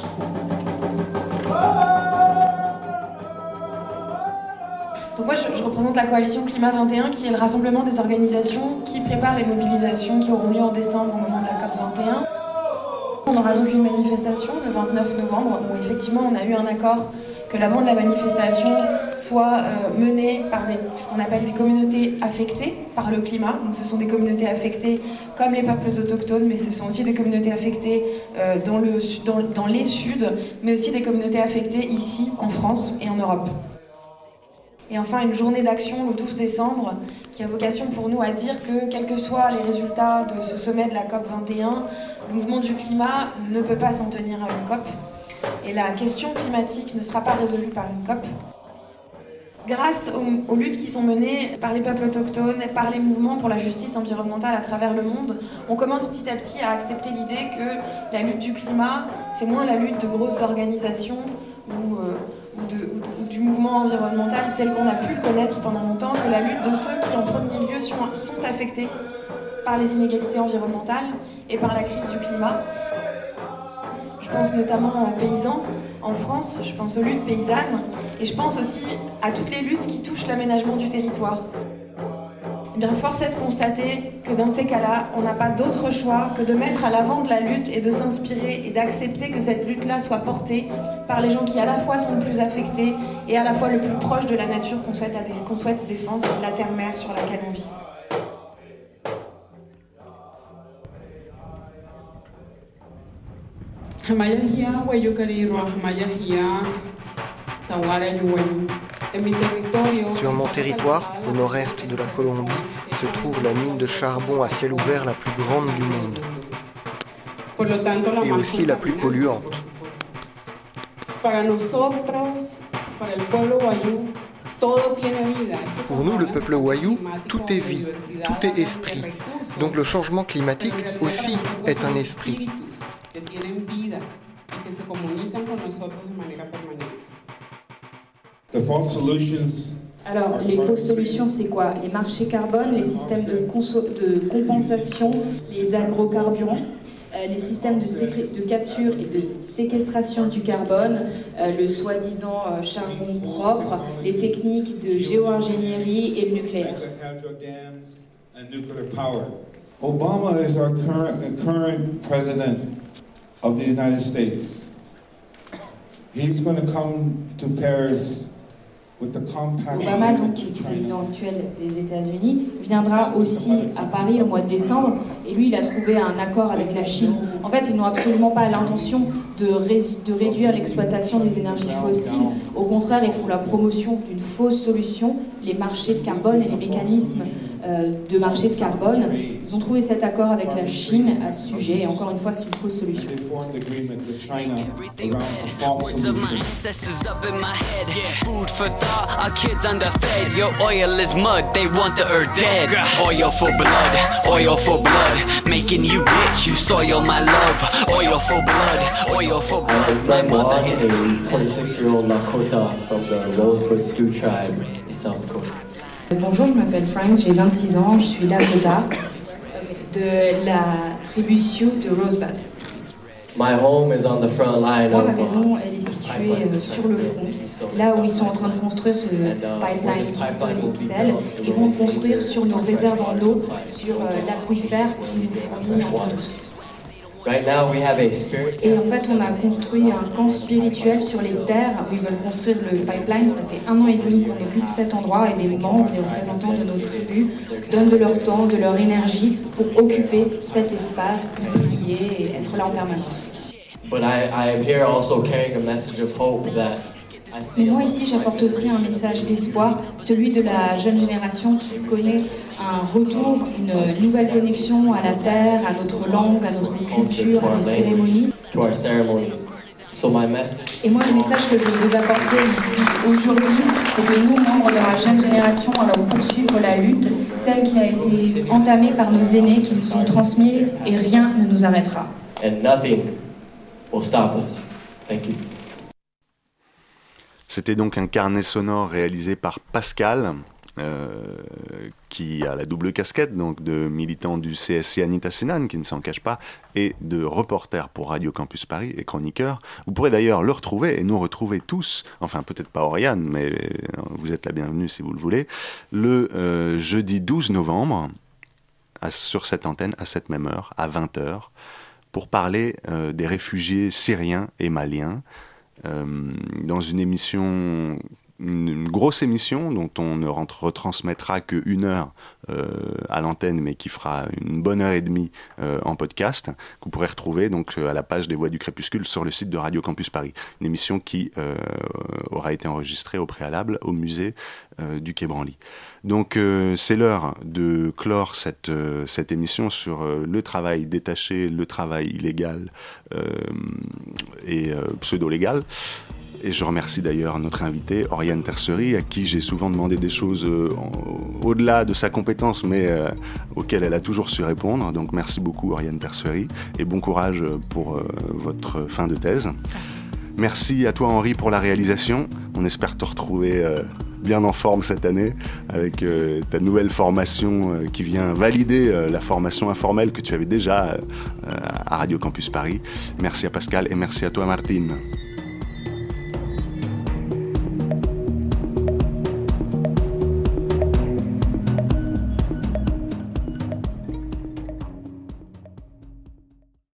Donc moi, je représente la coalition Climat 21, qui est le rassemblement des organisations qui préparent les mobilisations qui auront lieu en décembre au moment de la COP 21. On aura donc une manifestation le 29 novembre où effectivement on a eu un accord que l'avant de la manifestation soit menée par ce qu'on appelle des communautés affectées par le climat. Donc ce sont des communautés affectées comme les peuples autochtones, mais ce sont aussi des communautés affectées dans les Suds, mais aussi des communautés affectées ici en France et en Europe. Et enfin, une journée d'action le 12 décembre qui a vocation pour nous à dire que, quels que soient les résultats de ce sommet de la COP 21, le mouvement du climat ne peut pas s'en tenir à une COP. Et la question climatique ne sera pas résolue par une COP. Grâce aux luttes qui sont menées par les peuples autochtones et par les mouvements pour la justice environnementale à travers le monde, on commence petit à petit à accepter l'idée que la lutte du climat, c'est moins la lutte de grosses organisations ou du mouvement environnemental tel qu'on a pu le connaître pendant longtemps, que la lutte de ceux qui en premier lieu sont affectés par les inégalités environnementales et par la crise du climat. Je pense notamment aux paysans en France, je pense aux luttes paysannes et je pense aussi à toutes les luttes qui touchent l'aménagement du territoire. Eh bien, force est de constater que dans ces cas-là, on n'a pas d'autre choix que de mettre à l'avant de la lutte et de s'inspirer et d'accepter que cette lutte-là soit portée par les gens qui à la fois sont le plus affectés et à la fois le plus proche de la nature qu'on souhaite défendre, la terre-mère sur laquelle on vit. Sur mon territoire, au nord-est de la Colombie, se trouve la mine de charbon à ciel ouvert la plus grande du monde. Et aussi la plus polluante. Pour nous, le peuple Wayuu, tout est vie, tout est esprit. Donc le changement climatique aussi est un esprit. Alors, les fausses solutions, c'est quoi? Les marchés carbone, les systèmes de compensation, les agrocarburants, les systèmes de capture et de séquestration du carbone, le soi-disant charbon propre, les techniques de géo-ingénierie et le nucléaire. Obama is our current president of the United States. He's going to come to Paris. Obama, donc, qui est le président actuel des États-Unis, viendra aussi à Paris au mois de décembre et lui, il a trouvé un accord avec la Chine. En fait, ils n'ont absolument pas l'intention de réduire l'exploitation des énergies fossiles. Au contraire, ils font la promotion d'une fausse solution, les marchés de carbone et les mécanismes de marché de carbone. Ils ont trouvé cet accord avec la Chine à ce sujet, et encore une fois, c'est une fausse solution. Food for thought, our kids underfed. Your oil is mud, they want the earth dead. Oil for blood, making you bitch, you soil my love. Oil for blood. I'm Frank is a 26-year-old Lakota from the Rosebud Sioux tribe in South Dakota. Bonjour, je m'appelle Frank, j'ai 26 ans, je suis Lakota de la tribu Sioux de Rosebud. My home is on the front line. Moi, ma maison, elle est située sur le front, là où ils sont en train de construire ce pipeline Keystone XL. Ils vont construire sur nos réserves en eau, sur l'aquifère qui nous fournit en eau douce. Et en fait, on a construit un camp spirituel sur les terres où ils veulent construire le pipeline. Ça fait 1 an et demi qu'on occupe cet endroit et des membres, des représentants de nos tribus donnent de leur temps, de leur énergie pour occuper cet espace, y prier et être là en permanence. Mais moi ici, j'apporte aussi un message d'espoir, celui de la jeune génération qui connaît un retour, une nouvelle connexion à la terre, à notre langue, à notre culture, à nos cérémonies. Et moi, le message que je veux vous apporter ici aujourd'hui, c'est que nous, membres de la jeune génération, allons poursuivre la lutte, celle qui a été entamée par nos aînés qui nous ont transmis, et rien ne nous arrêtera. will stop us. Thank you. C'était donc un carnet sonore réalisé par Pascal, qui a la double casquette donc de militant du CSC Anita Sinan, qui ne s'en cache pas, et de reporter pour Radio Campus Paris et chroniqueur. Vous pourrez d'ailleurs le retrouver et nous retrouver tous, enfin peut-être pas Oriane, mais vous êtes la bienvenue si vous le voulez, le jeudi 12 novembre, sur cette antenne, à cette même heure, à 20h, pour parler des réfugiés syriens et maliens, dans une émission, une grosse émission dont on ne retransmettra que 1 heure à l'antenne, mais qui fera une bonne heure et demie en podcast, que vous pourrez retrouver donc à la page des Voix du Crépuscule sur le site de Radio Campus Paris. Une émission qui aura été enregistrée au préalable au musée du Quai Branly. Donc c'est l'heure de clore cette émission sur le travail détaché, le travail illégal et pseudo-légal. Et je remercie d'ailleurs notre invitée, Oriane Tercery, à qui j'ai souvent demandé des choses au-delà de sa compétence, mais auxquelles elle a toujours su répondre. Donc merci beaucoup, Oriane Tercery, et bon courage pour votre fin de thèse. Merci à toi, Henri, pour la réalisation. On espère te retrouver bien en forme cette année avec ta nouvelle formation qui vient valider la formation informelle que tu avais déjà à Radio Campus Paris. Merci à Pascal et merci à toi, Martine.